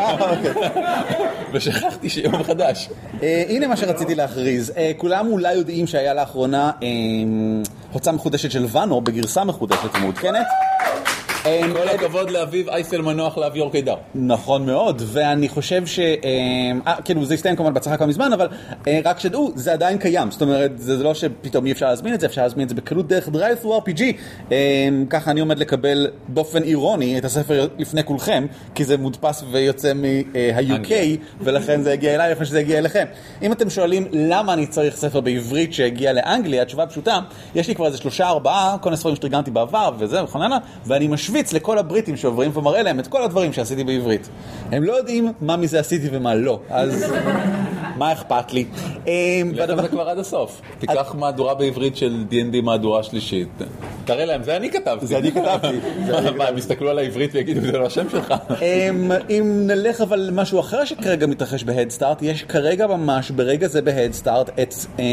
Speaker 2: ושכחתי שיום חדש.
Speaker 6: הנה מה שרציתי להכריז. כולם אולי יודעים שהיה לאחרונה הוצאה מחודשת של ואנו בגרסה מחודשת ומעודכנת.
Speaker 2: כל הכבוד לאביב אייסל מנוח לאביור קידר.
Speaker 6: נכון מאוד, ואני חושב כאילו זה הסתיים כמובן בהצלחה כמה מזמן, אבל רק שדעו, זה עדיין קיים. זאת אומרת, זה לא שפתאום אי אפשר להזמין את זה, אפשר להזמין את זה בקלות דרך Drive Thru RPG. ככה אני עומד לקבל באופן אירוני את הספר לפני כולכם, כי זה מודפס ויוצא מה-UK, ולכן זה הגיע אליי לפני שזה הגיע אליכם. אם אתם שואלים למה אני צריך ספר בעברית שהגיע לאנגליה, התשובה פשוטה, יש לי כבר איזה 3-4, כל הספרים שתרגמתי בעבר וזה וכוננה, ואני משוויץ לכל הבריטים שעוברים ומראה להם את כל הדברים שעשיתי בעברית. הם לא יודעים מה מזה עשיתי ומה לא, אז מה אכפת לי?
Speaker 2: לך זה כבר עד הסוף. תיקח מהדורה בעברית של D&D מהדורה שלישית. תראה להם, זה אני כתבתי.
Speaker 6: זה אני כתבתי.
Speaker 2: מה, הם יסתכלו על העברית ויגידו, זה לא השם שלך.
Speaker 6: אם נלך אבל משהו אחר שכרגע מתרחש בהדסטארט, יש כרגע ממש ברגע זה בהדסטארט את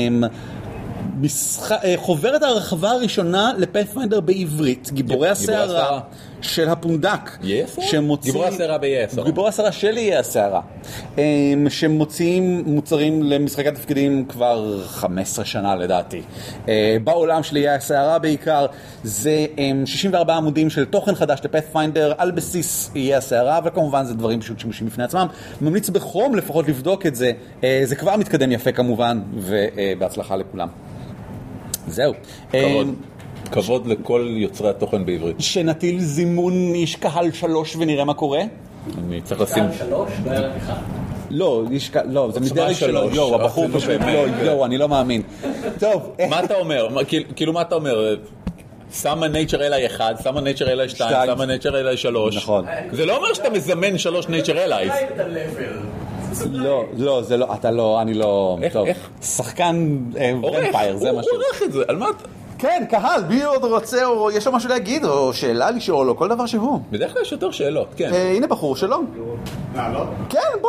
Speaker 6: חוברת הרחבה הראשונה לפאת'פיינדר בעברית, גיבורי הסערה של הפונדק,
Speaker 2: גיבורי הסערה באיי הסערה,
Speaker 6: גיבורי הסערה של איי הסערה, שמוציאים מוצרים למשחקי תפקידים כבר 15 שנה לדעתי. בעולם של איי הסערה בעיקר זה 64 עמודים של תוכן חדש לפאת'פיינדר על בסיס איי הסערה, וכמובן זה דברים פשוט שימושים בפני עצמם. ממליץ בחום לפחות לבדוק את זה, זה כבר מתקדם יפה כמובן, ובהצלחה לכולם. זהו.
Speaker 2: כבוד לכל יוצרי התוכן בעברית.
Speaker 6: שנטיל זימון איש קהל 3 ונראה מה קורה.
Speaker 2: אני צריך לשים...
Speaker 4: קהל 3? בערך אחד?
Speaker 6: לא, זה מדרג שלו. יו, הבחור פשוט, יו, אני לא מאמין. טוב.
Speaker 2: מה אתה אומר? כאילו מה אתה אומר? שמה nature allies 1, שמה nature allies 2, שמה nature allies 3. נכון. זה לא אומר שאתה מזמן 3 nature allies.
Speaker 6: לא, זה לא, אתה לא, אני לא...
Speaker 2: איך?
Speaker 6: שחקן ומפייר, זה משהו.
Speaker 2: הוא עורך את זה, על מה אתה...
Speaker 6: כן, קהל, בי עוד רוצה, או יש לו משהו להגיד, או שאלה לשאול, או כל דבר שהוא.
Speaker 2: בדרך כלל יש יותר שאלות, כן.
Speaker 6: הנה בחור, שלום.
Speaker 3: לא?
Speaker 6: כן, בוא.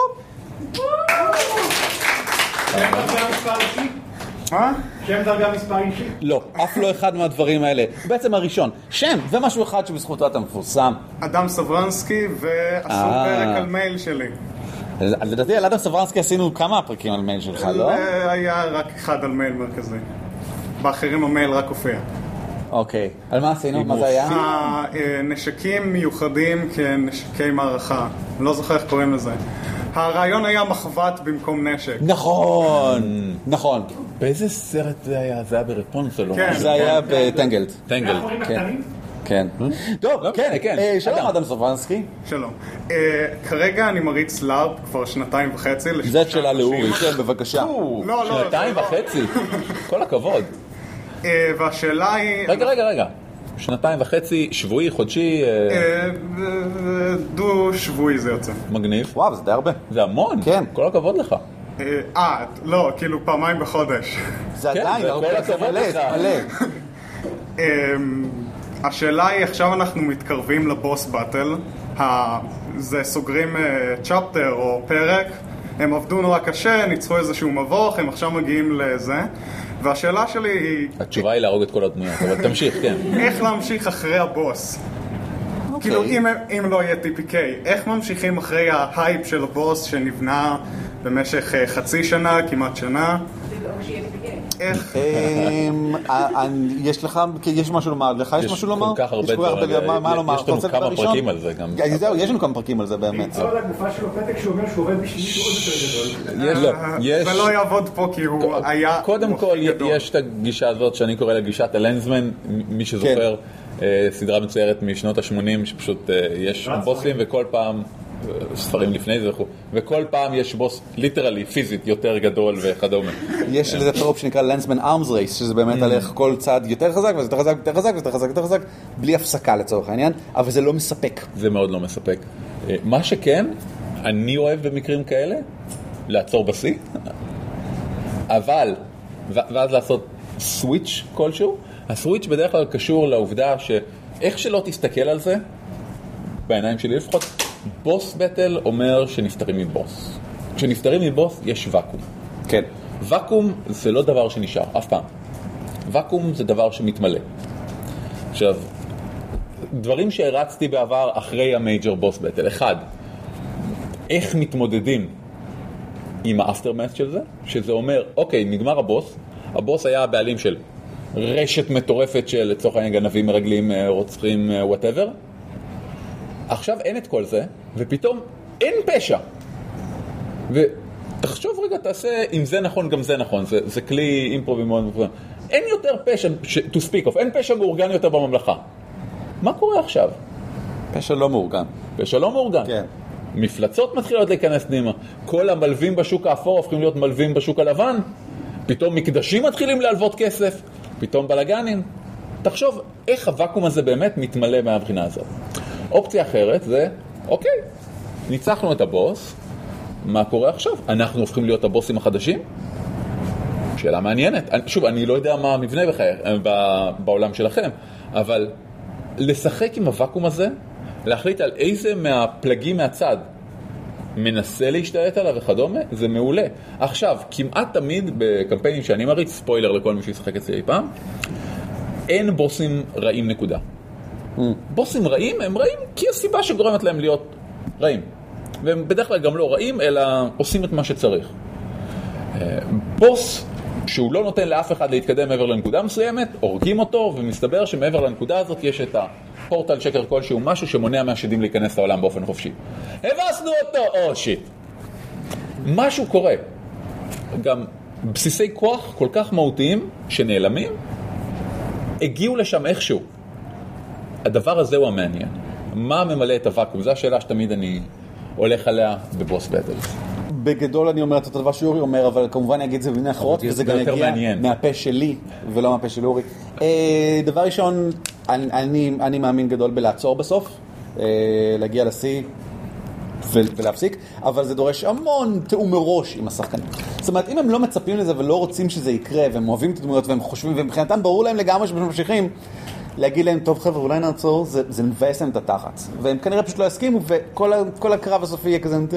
Speaker 3: שם דרגה מספר אישי? שם דרגה מספר אישי?
Speaker 6: לא, אף לא אחד מהדברים האלה. בעצם הראשון, שם, ומשהו אחד שבזכותו אתה מפורסם.
Speaker 7: אדם סברנסקי, ועשו פרק על מייל שלי.
Speaker 6: לדעתי, על אדם סברנסקי עשינו כמה פרקים על מייל שלך, לא?
Speaker 7: היה רק אחד על מייל מרכזי. באחרים המייל רק הופיע.
Speaker 6: אוקיי. על מה עשינו? מה זה היה?
Speaker 7: נשקים מיוחדים כנשקי מערכה. אני לא זוכר איך קוראים לזה. הרעיון היה מחבת במקום נשק.
Speaker 6: נכון.
Speaker 2: באיזה סרט זה היה? זה היה ברפונסלו.
Speaker 6: זה היה בטנגלד.
Speaker 2: טנגלד.
Speaker 6: כן. טוב, כן. שלום אדם סברנסקי.
Speaker 7: שלום. כרגע אני מריץ לארפ כבר 2.5.
Speaker 6: זאת שאלה לאורי, כן, בבקשה.
Speaker 2: 2.5? כל הכבוד.
Speaker 7: והשאלה היא...
Speaker 2: רגע. 2.5 שבועי, חודשי?
Speaker 7: דו שבועי זה יוצא.
Speaker 2: מגניב.
Speaker 6: וואו, זה די הרבה.
Speaker 2: זה המון.
Speaker 6: כן.
Speaker 2: כל הכבוד לך.
Speaker 7: לא, כאילו פעמיים בחודש.
Speaker 6: זה עדיין,
Speaker 2: כל הכבוד לך.
Speaker 7: השאלה היא, עכשיו אנחנו מתקרבים לבוס באטל, זה סוגרים צ'פטר או פרק, הם עבדו נורא קשה, ניצחו איזשהו מבוך, הם עכשיו מגיעים לזה, והשאלה שלי היא...
Speaker 2: התשובה היא להרוג את כל הדמויות, אבל תמשיך, כן.
Speaker 7: איך להמשיך אחרי הבוס? כאילו, אם לא יהיה TPK, איך ממשיכים אחרי ההייפ של הבוס שנבנה במשך חצי שנה, כמעט שנה? איך?
Speaker 6: יש לך, יש משהו לומר, לך יש משהו לומר?
Speaker 2: יש כל כך הרבה דברים,
Speaker 6: מה לומר?
Speaker 2: יש לנו כמה פרקים על זה גם.
Speaker 6: זהו, יש לנו כמה פרקים על זה באמת.
Speaker 3: למצוא על הגופה שלו פתק שהוא אומר שהוא עובד בשביל מישהו עוד יותר גדול.
Speaker 7: זה לא יעבוד פה כי הוא היה...
Speaker 2: קודם כל יש את הגישה הזאת שאני קורא לה גישת הלנסמן, מי שזוכר סדרה מצוירת משנות ה-80 שפשוט יש בוסים וכל פעם ספרים לפני זה וכל פעם יש בוס ליטרלי, פיזית, יותר גדול וכדומה.
Speaker 6: יש לזה טרופ שנקרא לנסמן ארמס רייס, שזה באמת הלך כל צד יותר חזק ויותר חזק ויותר חזק ויותר חזק ויותר חזק בלי הפסקה לצורך העניין, אבל זה לא מספק.
Speaker 2: זה מאוד לא מספק. מה שכן, אני אוהב במקרים כאלה לעצור בשיא, אבל ואז לעשות סוויץ' כלשהו. הסוויץ' בדרך כלל קשור לעובדה שאיך שלא תסתכל על זה, בעיניים שלי לפחות, בוס בטל אומר שנפטרים מבוס. כשנפטרים מבוס יש וקום.
Speaker 6: כן.
Speaker 2: וקום זה לא דבר שנשאר, אף פעם. וקום זה דבר שמתמלא. עכשיו, דברים שהרצתי בעבר אחרי המייג'ר בוס בטל. אחד, איך מתמודדים עם האפטרמאת' של זה? שזה אומר, אוקיי, נגמר הבוס. הבוס היה הבעלים של רשת מטורפת של לצורך העניין גנבים, מרגלים, רוצחים, whatever. עכשיו אין את כל זה, ופתאום אין פשע. ותחשוב רגע, תעשה, אם זה נכון, גם זה נכון. זה כלי אימפרובי מאוד מפורסם. אין יותר פשע, to speak of, אין פשע מאורגן יותר בממלכה. מה קורה עכשיו?
Speaker 6: פשע לא מאורגן.
Speaker 2: פשע לא מאורגן.
Speaker 6: כן.
Speaker 2: מפלצות מתחילות להיכנס פנימה. כל המלווים בשוק האפור הופכים להיות מלווים בשוק הלבן. פתאום מקדשים מתחילים להלוות כסף. פתאום בלגנים. תחשוב איך הוואקום הזה באמת מתמלא מהבחינה הזאת. אופציה אחרת זה, אוקיי, ניצחנו את הבוס, מה קורה עכשיו? אנחנו הופכים להיות הבוסים החדשים? שאלה מעניינת. שוב, אני לא יודע מה המבנה בעולם שלכם, אבל לשחק עם הוואקום הזה, להחליט על איזה מהפלגים מהצד מנסה להשתלט עליו וכדומה, זה מעולה. עכשיו, כמעט תמיד בקמפיינים שאני מריץ, ספוילר לכל מי שישחק אצלי אי פעם, אין בוסים רעים נקודה. בוסים רעים הם רעים כי הסיבה שגורמת להם להיות רעים. והם בדרך כלל גם לא רעים, אלא עושים את מה שצריך. בוס שהוא לא נותן לאף אחד להתקדם מעבר לנקודה מסוימת, הורגים אותו, ומסתבר שמעבר לנקודה הזאת יש את הפורטל שקר כלשהו, משהו שמונע מהשדים להיכנס לעולם באופן חופשי. הבסנו אותו, שיט. משהו קורה. גם בסיסי כוח כל כך מהותיים שנעלמים, הגיעו לשם איכשהו. הדבר הזה הוא המעניין. מה ממלא את הוואקום? זו השאלה שתמיד אני הולך עליה בבוס בטלס.
Speaker 6: בגדול אני אומר את אותו דבר שיורי אומר, אבל כמובן אני אגיד את זה במיני אחרות, וזה גם יגיע מהפה שלי ולא מהפה של אורי. דבר ראשון, אני מאמין גדול בלעצור בסוף, להגיע לשיא ולהפסיק, אבל זה דורש המון תאום מראש עם השחקנים. זאת אומרת, אם הם לא מצפים לזה ולא רוצים שזה יקרה, והם אוהבים את הדמויות והם חושבים, ומבחינתם ברור להם לגמרי שממשיכים, להגיד להם, טוב חבר'ה, אולי נעצור, זה מבאס להם את התחת. והם כנראה פשוט לא יסכימו, וכל הקרב הסופי יהיה כזה,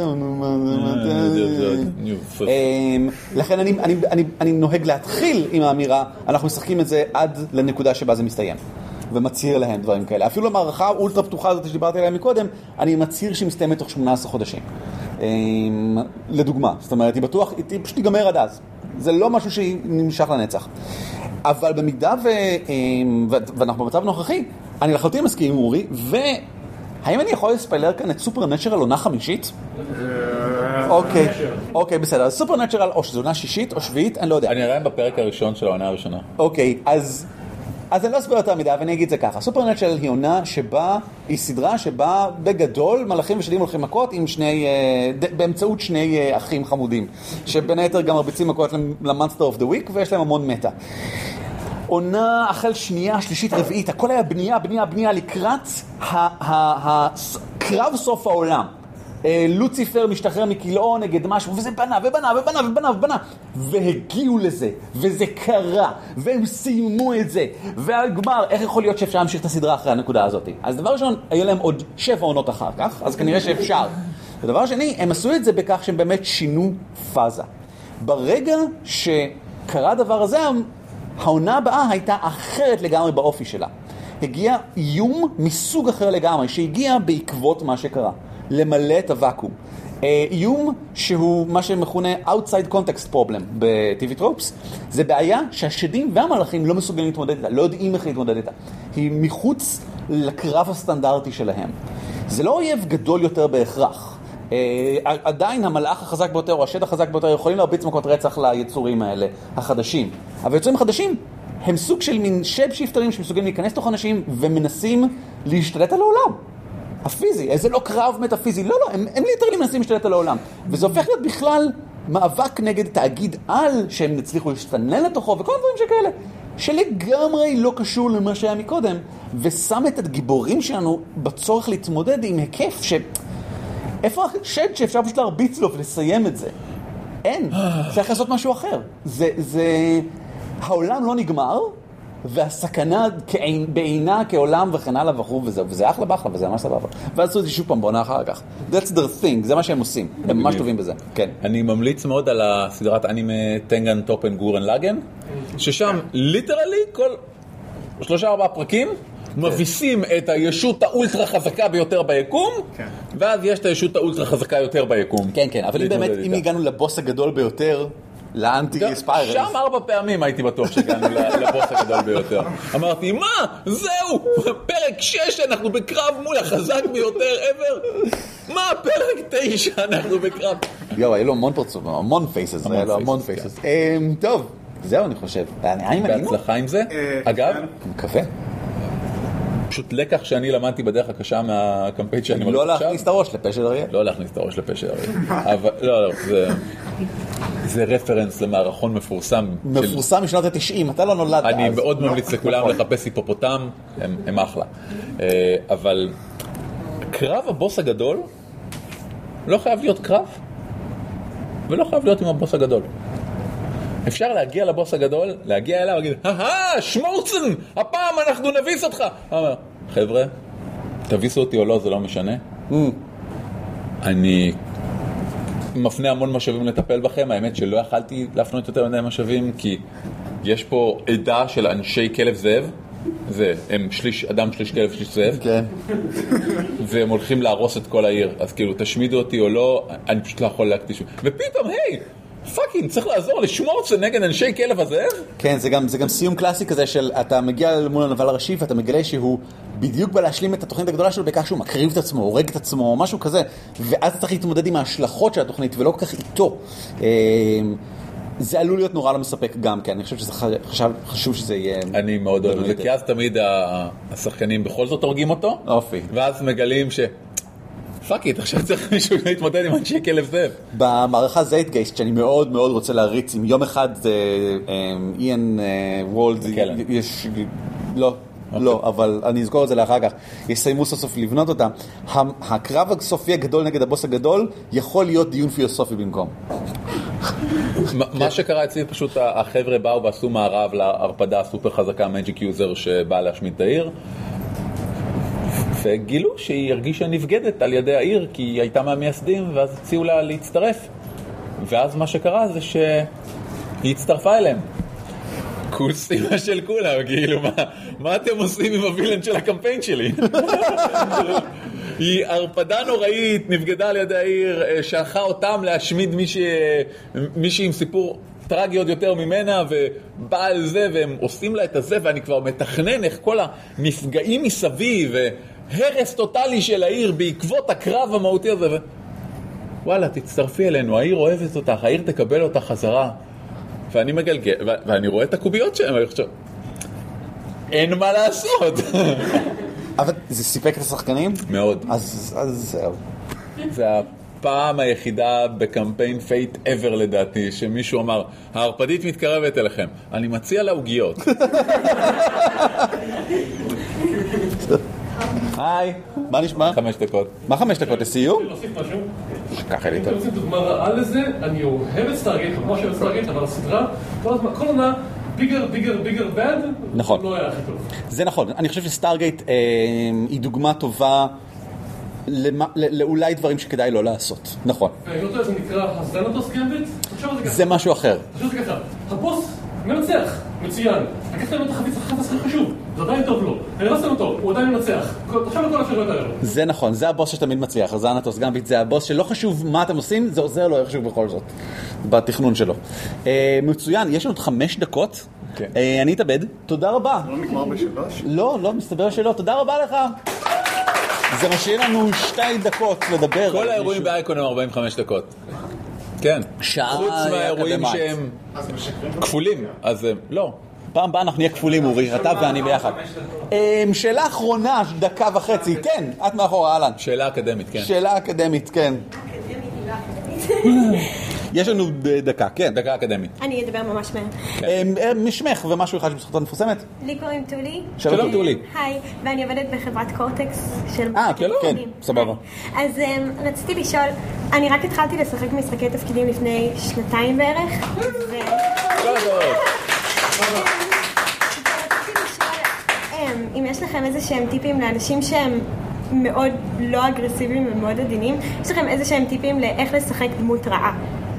Speaker 6: לכן אני נוהג להתחיל עם האמירה, אנחנו משחקים את זה עד לנקודה שבה זה מסתיים. ומצהיר להם דברים כאלה. אפילו המערכה האולטרה פתוחה הזאת שדיברתי עליה מקודם, אני מצהיר שהיא מסתיימת תוך 18 חודשים. לדוגמה, זאת אומרת, היא בטוח, היא פשוט תיגמר עד אז. זה לא משהו שנמשך לנצח. אבל במידה ואנחנו במצב נוכחי, אני לחלוטין מסכים עם אורי, והאם אני יכול לספיילר כאן את סופרנטורל עונה חמישית? אוקיי, בסדר. אז סופרנטורל, או שזו עונה שישית או שביעית, אני לא יודע.
Speaker 2: אני עדיין בפרק הראשון של העונה הראשונה.
Speaker 6: אוקיי, אז אני לא אסביר יותר מדי, ואני אגיד את זה ככה. סופרנטורל היא עונה שבה, היא סדרה שבה בגדול מלאכים ושדים הולכים מכות באמצעות שני אחים חמודים, שבין היתר גם מרביצים מכות למאנסטר אוף דה וויק, ויש להם המון מטה. עונה החל שנייה, שלישית, רביעית, הכל היה בנייה לקראת הקרב סוף העולם. לוציפר משתחרר מכלאו נגד משהו, וזה בנה ובנה ובנה ובנה ובנה, והגיעו לזה, וזה קרה, והם סיימו את זה, והגמר, איך יכול להיות שאפשר להמשיך את הסדרה אחרי הנקודה הזאת? אז דבר ראשון, היו להם עוד 7 עונות אחר כך, אז כנראה שאפשר. ודבר שני, הם עשו את זה בכך שהם באמת שינו פאזה. ברגע שקרה הדבר הזה, העונה הבאה הייתה אחרת לגמרי באופי שלה. הגיע איום מסוג אחר לגמרי, שהגיע בעקבות מה שקרה. למלא את הוואקום. איום שהוא מה שמכונה outside context problem ב-TV Tropes. זה בעיה שהשדים והמלאכים לא מסוגלים להתמודד איתה, לא יודעים איך להתמודד איתה. היא מחוץ לקרב הסטנדרטי שלהם. זה לא אויב גדול יותר בהכרח. עדיין המלאך החזק ביותר או השד החזק ביותר יכולים להרביץ מכות רצח ליצורים האלה, החדשים. אבל היצורים החדשים הם סוג של מין שב שיפטרים שמסוגלים להיכנס תוך אנשים ומנסים להשתלט על העולם. הפיזי, זה לא קרב מטאפיזי, לא, הם ליטרלי מנסים להשתלט על העולם. וזה הופך להיות בכלל מאבק נגד תאגיד על שהם הצליחו להשתנן לתוכו וכל הדברים שכאלה. שלגמרי לא קשור למה שהיה מקודם, ושם את הגיבורים שלנו בצורך להתמודד עם היקף איפה השד שאפשר פשוט להרביץ לו ולסיים את זה? אין, צריך לעשות משהו אחר. העולם לא נגמר, והסכנה בעינה כעולם וכן הלאה וכו' וזהו, וזה אחלה באחלה, וזה ממש סבבה. ואז עשו את זה שוב פעם בעונה אחר כך. That's their thing, זה מה שהם עושים. הם ממש טובים בזה. כן.
Speaker 2: אני ממליץ מאוד על הסדרת אנימה טנגן טופן גורן לגן, ששם ליטרלי כל 3-4 פרקים מביסים את הישות האולטרה חזקה ביותר ביקום, ואז יש את הישות האולטרה חזקה יותר ביקום.
Speaker 6: כן, כן, אבל אם באמת, אם הגענו לבוס הגדול ביותר, לאנטי ספיירל.
Speaker 2: שם 4 פעמים הייתי בטוח שהגענו לבוס הגדול ביותר. אמרתי, מה? זהו! פרק 6 אנחנו בקרב מול החזק ביותר ever. מה? פרק 9 אנחנו בקרב.
Speaker 6: יואו, היה לו המון פרצוף, המון פייסס. היה לו המון פייסס. טוב, זהו אני חושב.
Speaker 2: בהצלחה עם זה. אגב,
Speaker 6: מקווה.
Speaker 2: פשוט לקח שאני למדתי בדרך הקשה מהקמפיין שאני מלא
Speaker 6: עכשיו. לא להכניס את הראש לפה של אריה.
Speaker 2: לא להכניס את הראש לפה של אריה. אבל לא, זה רפרנס למערכון מפורסם.
Speaker 6: מפורסם משנות ה-90, אתה לא נולדת אז.
Speaker 2: אני מאוד ממליץ לכולם לחפש היפופוטם, הם אחלה. אבל קרב הבוס הגדול לא חייב להיות קרב, ולא חייב להיות עם הבוס הגדול. אפשר להגיע לבוס הגדול, להגיע אליו ולהגיד, שמורצן, הפעם אנחנו נביס אותך. חבר'ה, תביסו אותי או לא, זה לא משנה. אני מפנה המון משאבים לטפל בכם, האמת שלא יכלתי להפנות יותר מדי משאבים, כי יש פה עדה של אנשי כלב זאב, הם אדם שליש כלב שליש זאב, והם הולכים להרוס את כל העיר, אז כאילו תשמידו אותי או לא, אני פשוט לא יכול להקדיש. ופתאום, היי, פאקינג, צריך לעזור לשמורצן נגד אנשי כלב הזאב?
Speaker 6: כן, זה גם סיום קלאסי כזה של אתה מגיע מול הנבל הראשי ואתה מגלה שהוא בדיוק בא להשלים את התוכנית הגדולה שלו בכך שהוא מקריב את עצמו, הורג את עצמו, משהו כזה, ואז אתה צריך להתמודד עם ההשלכות של התוכנית ולא כל כך איתו. זה עלול להיות נורא לא מספק גם כן, אני חושב שזה חשוב שזה יהיה...
Speaker 2: אני מאוד אוהב את זה, כי אז תמיד השחקנים בכל זאת הורגים אותו, ואז מגלים ש... פאקית, עכשיו צריך מישהו להתמודד עם אנשי כלב זאב.
Speaker 6: במערכה זייטגייסט, שאני מאוד מאוד רוצה להריץ, אם יום אחד איאן וולד, יש... לא, אבל אני אזכור את זה לאחר כך. יסיימו סוף סוף לבנות אותה. הקרב הסופי הגדול נגד הבוס הגדול יכול להיות דיון פילוסופי במקום.
Speaker 2: מה שקרה אצלי פשוט החבר'ה באו ועשו מערב להרפדה הסופר חזקה מג'יק יוזר שבאה להשמיד את העיר, וגילו שהיא הרגישה נבגדת על ידי העיר כי היא הייתה מהמייסדים, ואז הציעו לה להצטרף, ואז מה שקרה זה שהיא הצטרפה אליהם. כוסימה של כולם, כאילו, מה אתם עושים עם הווילן של הקמפיין שלי? היא הרפדה נוראית, נבגדה על ידי העיר, שלחה אותם להשמיד מישהי עם סיפור טרגי עוד יותר ממנה, ובא על זה, והם עושים לה את הזה, ואני כבר מתכנן איך כל הנפגעים מסביב, והרס טוטלי של העיר בעקבות הקרב המהותי הזה, וואלה, תצטרפי אלינו, העיר אוהבת אותך, העיר תקבל אותך חזרה. ואני מגלגל, ואני רואה את הקוביות שלהם, ואני חושב, אין מה לעשות.
Speaker 6: אבל זה סיפק את השחקנים?
Speaker 2: מאוד.
Speaker 6: אז זהו.
Speaker 2: זה הפעם היחידה בקמפיין פייט ever לדעתי, שמישהו אמר, ההרפדית מתקרבת אליכם, אני מציע לה עוגיות.
Speaker 6: היי, מה נשמע?
Speaker 2: 5 דקות.
Speaker 6: מה 5 דקות לסיום?
Speaker 5: להוסיף משהו?
Speaker 6: ככה לי
Speaker 5: אם
Speaker 6: טוב.
Speaker 5: אתם רוצים דוגמה רעה לזה, אני אוהב את סטארגייט, כמו שאוהב סטארגייט, אבל הסדרה, כל עונה, ביגר בד,
Speaker 6: נכון.
Speaker 5: לא היה הכי טוב.
Speaker 6: זה נכון, אני חושב שסטארגייט היא דוגמה טובה לאולי דברים שכדאי לא לעשות, נכון.
Speaker 5: ואני לא יודע, זה נקרא הזנטוס גמביט? תחשוב על זה ככה.
Speaker 6: זה משהו אחר.
Speaker 5: תחשוב על זה ככה, הבוס מנצח, מצוין. לקחת להם את החפיץ הכי חשוב, זה עדיין טוב לו. הרסתם אותו, הוא עדיין מנצח. תחשוב על כל השאלות האלה.
Speaker 6: זה נכון, זה הבוס שתמיד מצליח, הזנטוס גמביט זה הבוס שלא חשוב מה אתם עושים, זה עוזר לו איכשהו בכל זאת, בתכנון שלו. מצוין, יש לנו עוד 5 דקות. אני אתאבד, תודה רבה.
Speaker 7: לא נגמר בשלוש?
Speaker 6: לא, מסתבר שלא, תודה רבה לך. זה משאיר לנו 2 דקות לדבר.
Speaker 2: כל האירועים באייקון הם 45 דקות. כן.
Speaker 6: שעה
Speaker 2: חוץ מהאירועים שהם כפולים, אז לא.
Speaker 6: פעם הבאה אנחנו נהיה כפולים, אורי, אתה ואני ביחד. שאלה אחרונה, 1.5 דקות, כן, את מאחורה, אהלן.
Speaker 2: שאלה אקדמית, כן.
Speaker 6: שאלה אקדמית, כן. יש לנו דקה, כן.
Speaker 2: דקה אקדמית.
Speaker 8: אני אדבר ממש מהר.
Speaker 6: משמך ומשהו אחד שבזכותו את מפורסמת.
Speaker 8: לי קוראים טולי.
Speaker 6: שלום טולי.
Speaker 8: היי, ואני עובדת בחברת קורטקס של
Speaker 6: כן, סבבה.
Speaker 8: אז רציתי לשאול, אני רק התחלתי לשחק משחקי תפקידים לפני 2 בערך. אם יש לכם איזה שהם טיפים לאנשים שהם מאוד לא אגרסיביים ומאוד עדינים, יש לכם איזה שהם טיפים לאיך לשחק דמות רעה?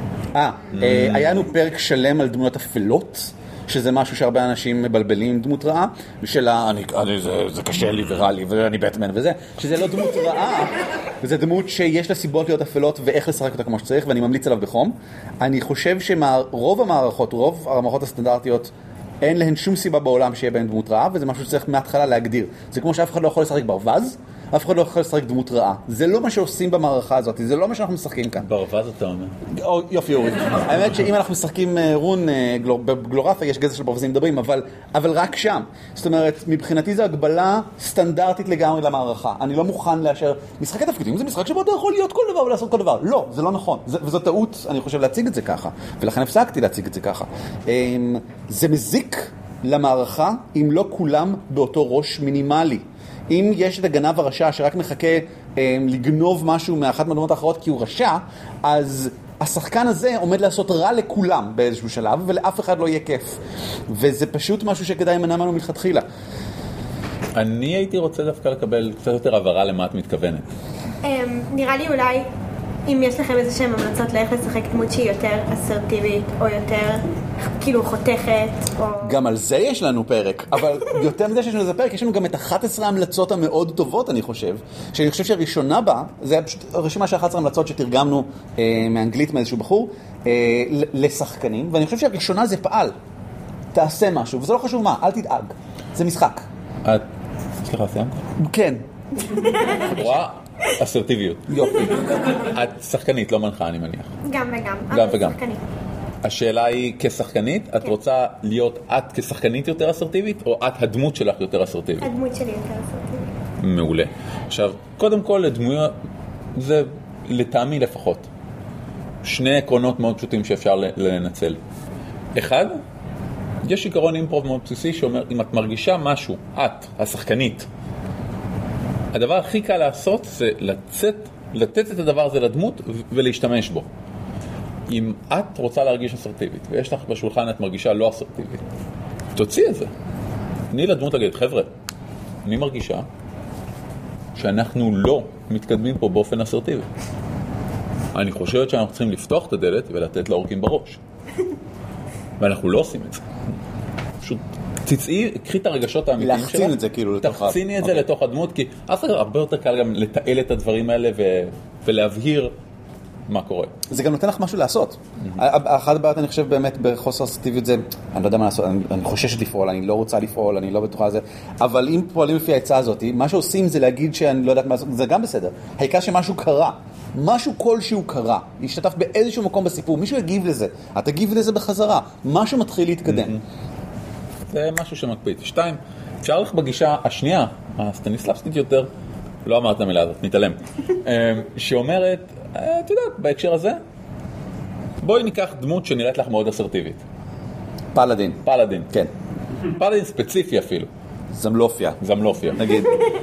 Speaker 6: היה לנו פרק שלם על דמויות אפלות, שזה משהו שהרבה אנשים מבלבלים דמות רעה, ושלה, זה קשה לי ורע לי, ואני בטמן וזה, שזה לא דמות רעה, זה דמות שיש לה סיבות להיות אפלות ואיך לשחק אותה כמו שצריך, ואני ממליץ עליו בחום. אני חושב שרוב המערכות, רוב המערכות הסטנדרטיות, אין להן שום סיבה בעולם שיהיה בהן דמות רעה, וזה משהו שצריך מההתחלה להגדיר. זה כמו שאף אחד לא יכול לשחק ברווז, אף אחד לא יכול לשחק דמות רעה. זה לא מה שעושים במערכה הזאת, זה לא מה שאנחנו משחקים כאן.
Speaker 2: ברווז אתה אומר.
Speaker 6: יופי אורי. האמת שאם אנחנו משחקים רון בגלורפה, יש גזע של ברווזים מדברים, אבל רק שם. זאת אומרת, מבחינתי זו הגבלה סטנדרטית לגמרי למערכה. אני לא מוכן לאשר משחקי תפקידים, זה משחק שבו אתה יכול להיות כל דבר ולעשות כל דבר. לא, זה לא נכון. וזו טעות, אני חושב, להציג את זה ככה. ולכן הפסקתי להציג את זה ככה. זה מזיק למערכה אם לא כולם באותו ראש מינימלי. אם יש את הגנב הרשע שרק מחכה לגנוב משהו מאחת מהדמות האחרות כי הוא רשע, אז השחקן הזה עומד לעשות רע לכולם באיזשהו שלב, ולאף אחד לא יהיה כיף. וזה פשוט משהו שכדאי מנע לנו מלכתחילה.
Speaker 2: אני הייתי רוצה דווקא לקבל קצת יותר הבהרה למה את מתכוונת.
Speaker 8: נראה לי אולי אם יש לכם איזה שהם המלצות לאיך לשחק דמות שהיא יותר אסרטיבית או יותר כאילו חותכת או... גם
Speaker 6: על זה יש לנו פרק, אבל יותר מזה שיש לנו איזה פרק, יש לנו גם את 11 ההמלצות המאוד טובות, אני חושב, שאני חושב שהראשונה בה, זה פשוט רשימה של 11 המלצות שתרגמנו מאנגלית מאיזשהו בחור, לשחקנים, ואני חושב שהראשונה זה פעל. תעשה משהו, וזה לא חשוב מה, אל תדאג. זה משחק.
Speaker 2: סליחה, סיימת?
Speaker 6: כן.
Speaker 2: רואה? אסרטיביות.
Speaker 6: יופי.
Speaker 2: את שחקנית, לא מנחה, אני מניח.
Speaker 8: גם וגם.
Speaker 2: גם וגם. השאלה היא, כשחקנית, את רוצה להיות את כשחקנית יותר אסרטיבית, או את הדמות שלך יותר אסרטיבית?
Speaker 8: הדמות שלי יותר אסרטיבית.
Speaker 2: מעולה. עכשיו, קודם כל, לדמויות, זה לטעמי לפחות. 2 עקרונות מאוד פשוטים שאפשר לנצל. 1, יש עיקרון אימפרוב מאוד בסיסי שאומר, אם את מרגישה משהו, את, השחקנית, הדבר הכי קל לעשות זה לתת את הדבר הזה לדמות ולהשתמש בו. אם את רוצה להרגיש אסרטיבית, ויש לך בשולחן את מרגישה לא אסרטיבית, תוציא את זה. תני לדמות להגיד, חבר'ה, אני מרגישה שאנחנו לא מתקדמים פה באופן אסרטיבי. אני חושבת שאנחנו צריכים לפתוח את הדלת ולתת לאורקים בראש. ואנחנו לא עושים את זה. פשוט תצאי, קחי את הרגשות האמיתיים שלך.
Speaker 6: להחצין את זה כאילו לתוך...
Speaker 2: תחציני את זה לתוך הדמות, כי אז הרבה יותר קל גם לתעל את הדברים האלה ולהבהיר מה קורה.
Speaker 6: זה גם נותן לך משהו לעשות. אחת הבעיות אני חושב באמת בחוסר אסרטיביות זה, אני לא יודע מה לעשות, אני חוששת לפעול, אני לא רוצה לפעול, אני לא בטוחה על זה, אבל אם פועלים לפי ההצעה הזאת, מה שעושים זה להגיד שאני לא יודעת מה לעשות, זה גם בסדר. העיקר שמשהו קרה, משהו כלשהו קרה, השתתף באיזשהו מקום בסיפור, מישהו יגיב לזה, את תגיב לזה בחזרה, משהו מתחיל להתקדם.
Speaker 2: זה משהו שמקפיד. 2, אפשר לך בגישה השנייה, הסטניסלבסקית יותר, לא אמרת את המילה הזאת, נתעלם, שאומרת, את יודעת, בהקשר הזה, בואי ניקח דמות שנראית לך מאוד אסרטיבית.
Speaker 6: פלאדין.
Speaker 2: פלאדין.
Speaker 6: כן.
Speaker 2: פלאדין ספציפי אפילו.
Speaker 6: זמלופיה.
Speaker 2: זמלופיה.
Speaker 6: נגיד.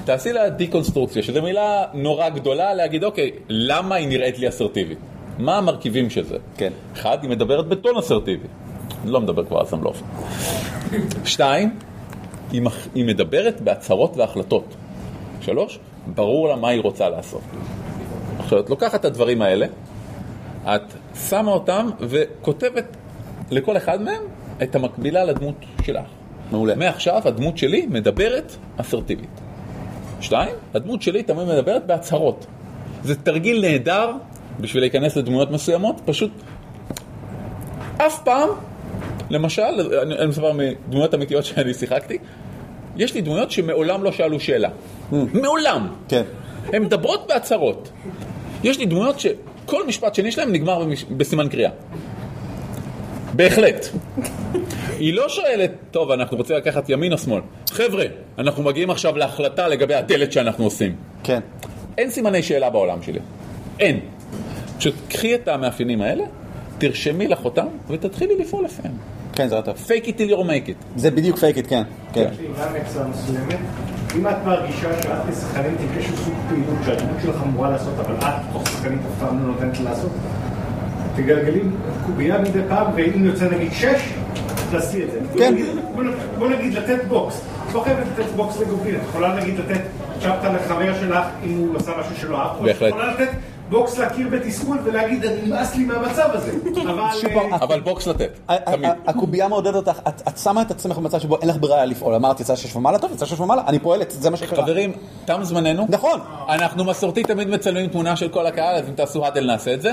Speaker 2: תעשי לה דיקונסטרוקציה, שזו מילה נורא גדולה להגיד, אוקיי, למה היא נראית לי אסרטיבית? מה המרכיבים של זה?
Speaker 6: כן.
Speaker 2: אחד, היא מדברת בטון אסרטיבי. אני לא מדבר כבר על סמלוף. 2, היא מדברת בהצהרות והחלטות. 3, ברור לה מה היא רוצה לעשות. עכשיו, את לוקחת את הדברים האלה, את שמה אותם וכותבת לכל אחד מהם את המקבילה לדמות שלך.
Speaker 6: מעולה.
Speaker 2: מעכשיו, הדמות שלי מדברת אסרטיבית. 2, הדמות שלי תמיד מדברת בהצהרות. זה תרגיל נהדר בשביל להיכנס לדמויות מסוימות, פשוט אף פעם, למשל, אני מספר מדמויות אמיתיות שאני שיחקתי, יש לי דמויות שמעולם לא שאלו שאלה. מעולם.
Speaker 6: כן.
Speaker 2: הן מדברות בהצהרות. יש לי דמויות שכל משפט שני שלהם נגמר בסימן קריאה. בהחלט. היא לא שואלת, טוב, אנחנו רוצים לקחת ימין או שמאל. חבר'ה, אנחנו מגיעים עכשיו להחלטה לגבי הדלת שאנחנו עושים.
Speaker 6: כן.
Speaker 2: אין סימני שאלה בעולם שלי. אין. פשוט קחי את המאפיינים האלה, תרשמי לך אותם, ותתחילי לפעול לפיהם.
Speaker 6: כן, זה טוב.
Speaker 2: fake it till you make it.
Speaker 6: זה בדיוק fake it, כן. כן.
Speaker 3: יש לי גם עצה מסוימת. אם את מרגישה שאת כשחקנית עם איזשהו סוג פעילות שהדמות שלך אמורה לעשות, אבל את תוך שחקנית אף פעם לא נותנת לעשות, תגלגלים קובייה מדי פעם, ואם יוצא נגיד 6, תעשי את זה.
Speaker 6: כן.
Speaker 3: בוא נגיד לתת בוקס. את לא חייבת לתת בוקס לגובין, את יכולה נגיד לתת צ'פטה לחבר שלך אם הוא עשה משהו שלא אהב, או את יכולה לתת בוקס להכיר בתסכול ולהגיד, אני נמאס לי מהמצב הזה.
Speaker 2: אבל בוקס לתת. תמיד.
Speaker 6: הקובייה מעודדת אותך, את שמה את עצמך במצב שבו אין לך ברירה לפעול. אמרת, יצא 6 ומעלה, טוב, יצא 6 ומעלה, אני פועלת, זה מה שקרה.
Speaker 2: חברים, תם זמננו.
Speaker 6: נכון.
Speaker 2: אנחנו מסורתית תמיד מצלמים תמונה של כל הקהל, אז אם תעשו הדל נעשה את זה.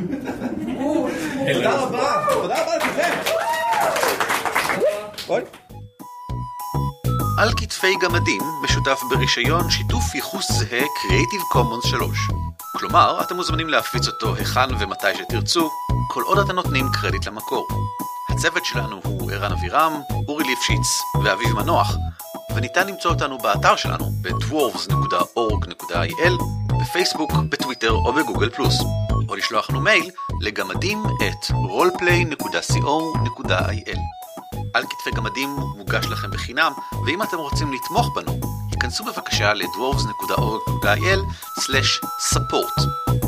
Speaker 6: תודה רבה. תודה רבה לכם. אוי.
Speaker 1: על כתפי גמדים משותף ברישיון שיתוף ייחוס זהה Creative Commons 3. כלומר, אתם מוזמנים להפיץ אותו היכן ומתי שתרצו, כל עוד אתם נותנים קרדיט למקור. הצוות שלנו הוא ערן אבירם, אורי ליפשיץ ואביב מנוח, וניתן למצוא אותנו באתר שלנו ב-dwarves.org.il, בפייסבוק, בטוויטר או בגוגל פלוס, או לשלוח לנו מייל לגמדים@roleplay.co.il. על כתפי גמדים מוגש לכם בחינם, ואם אתם רוצים לתמוך בנו, היכנסו בבקשה ל-dwarves.org.il/support.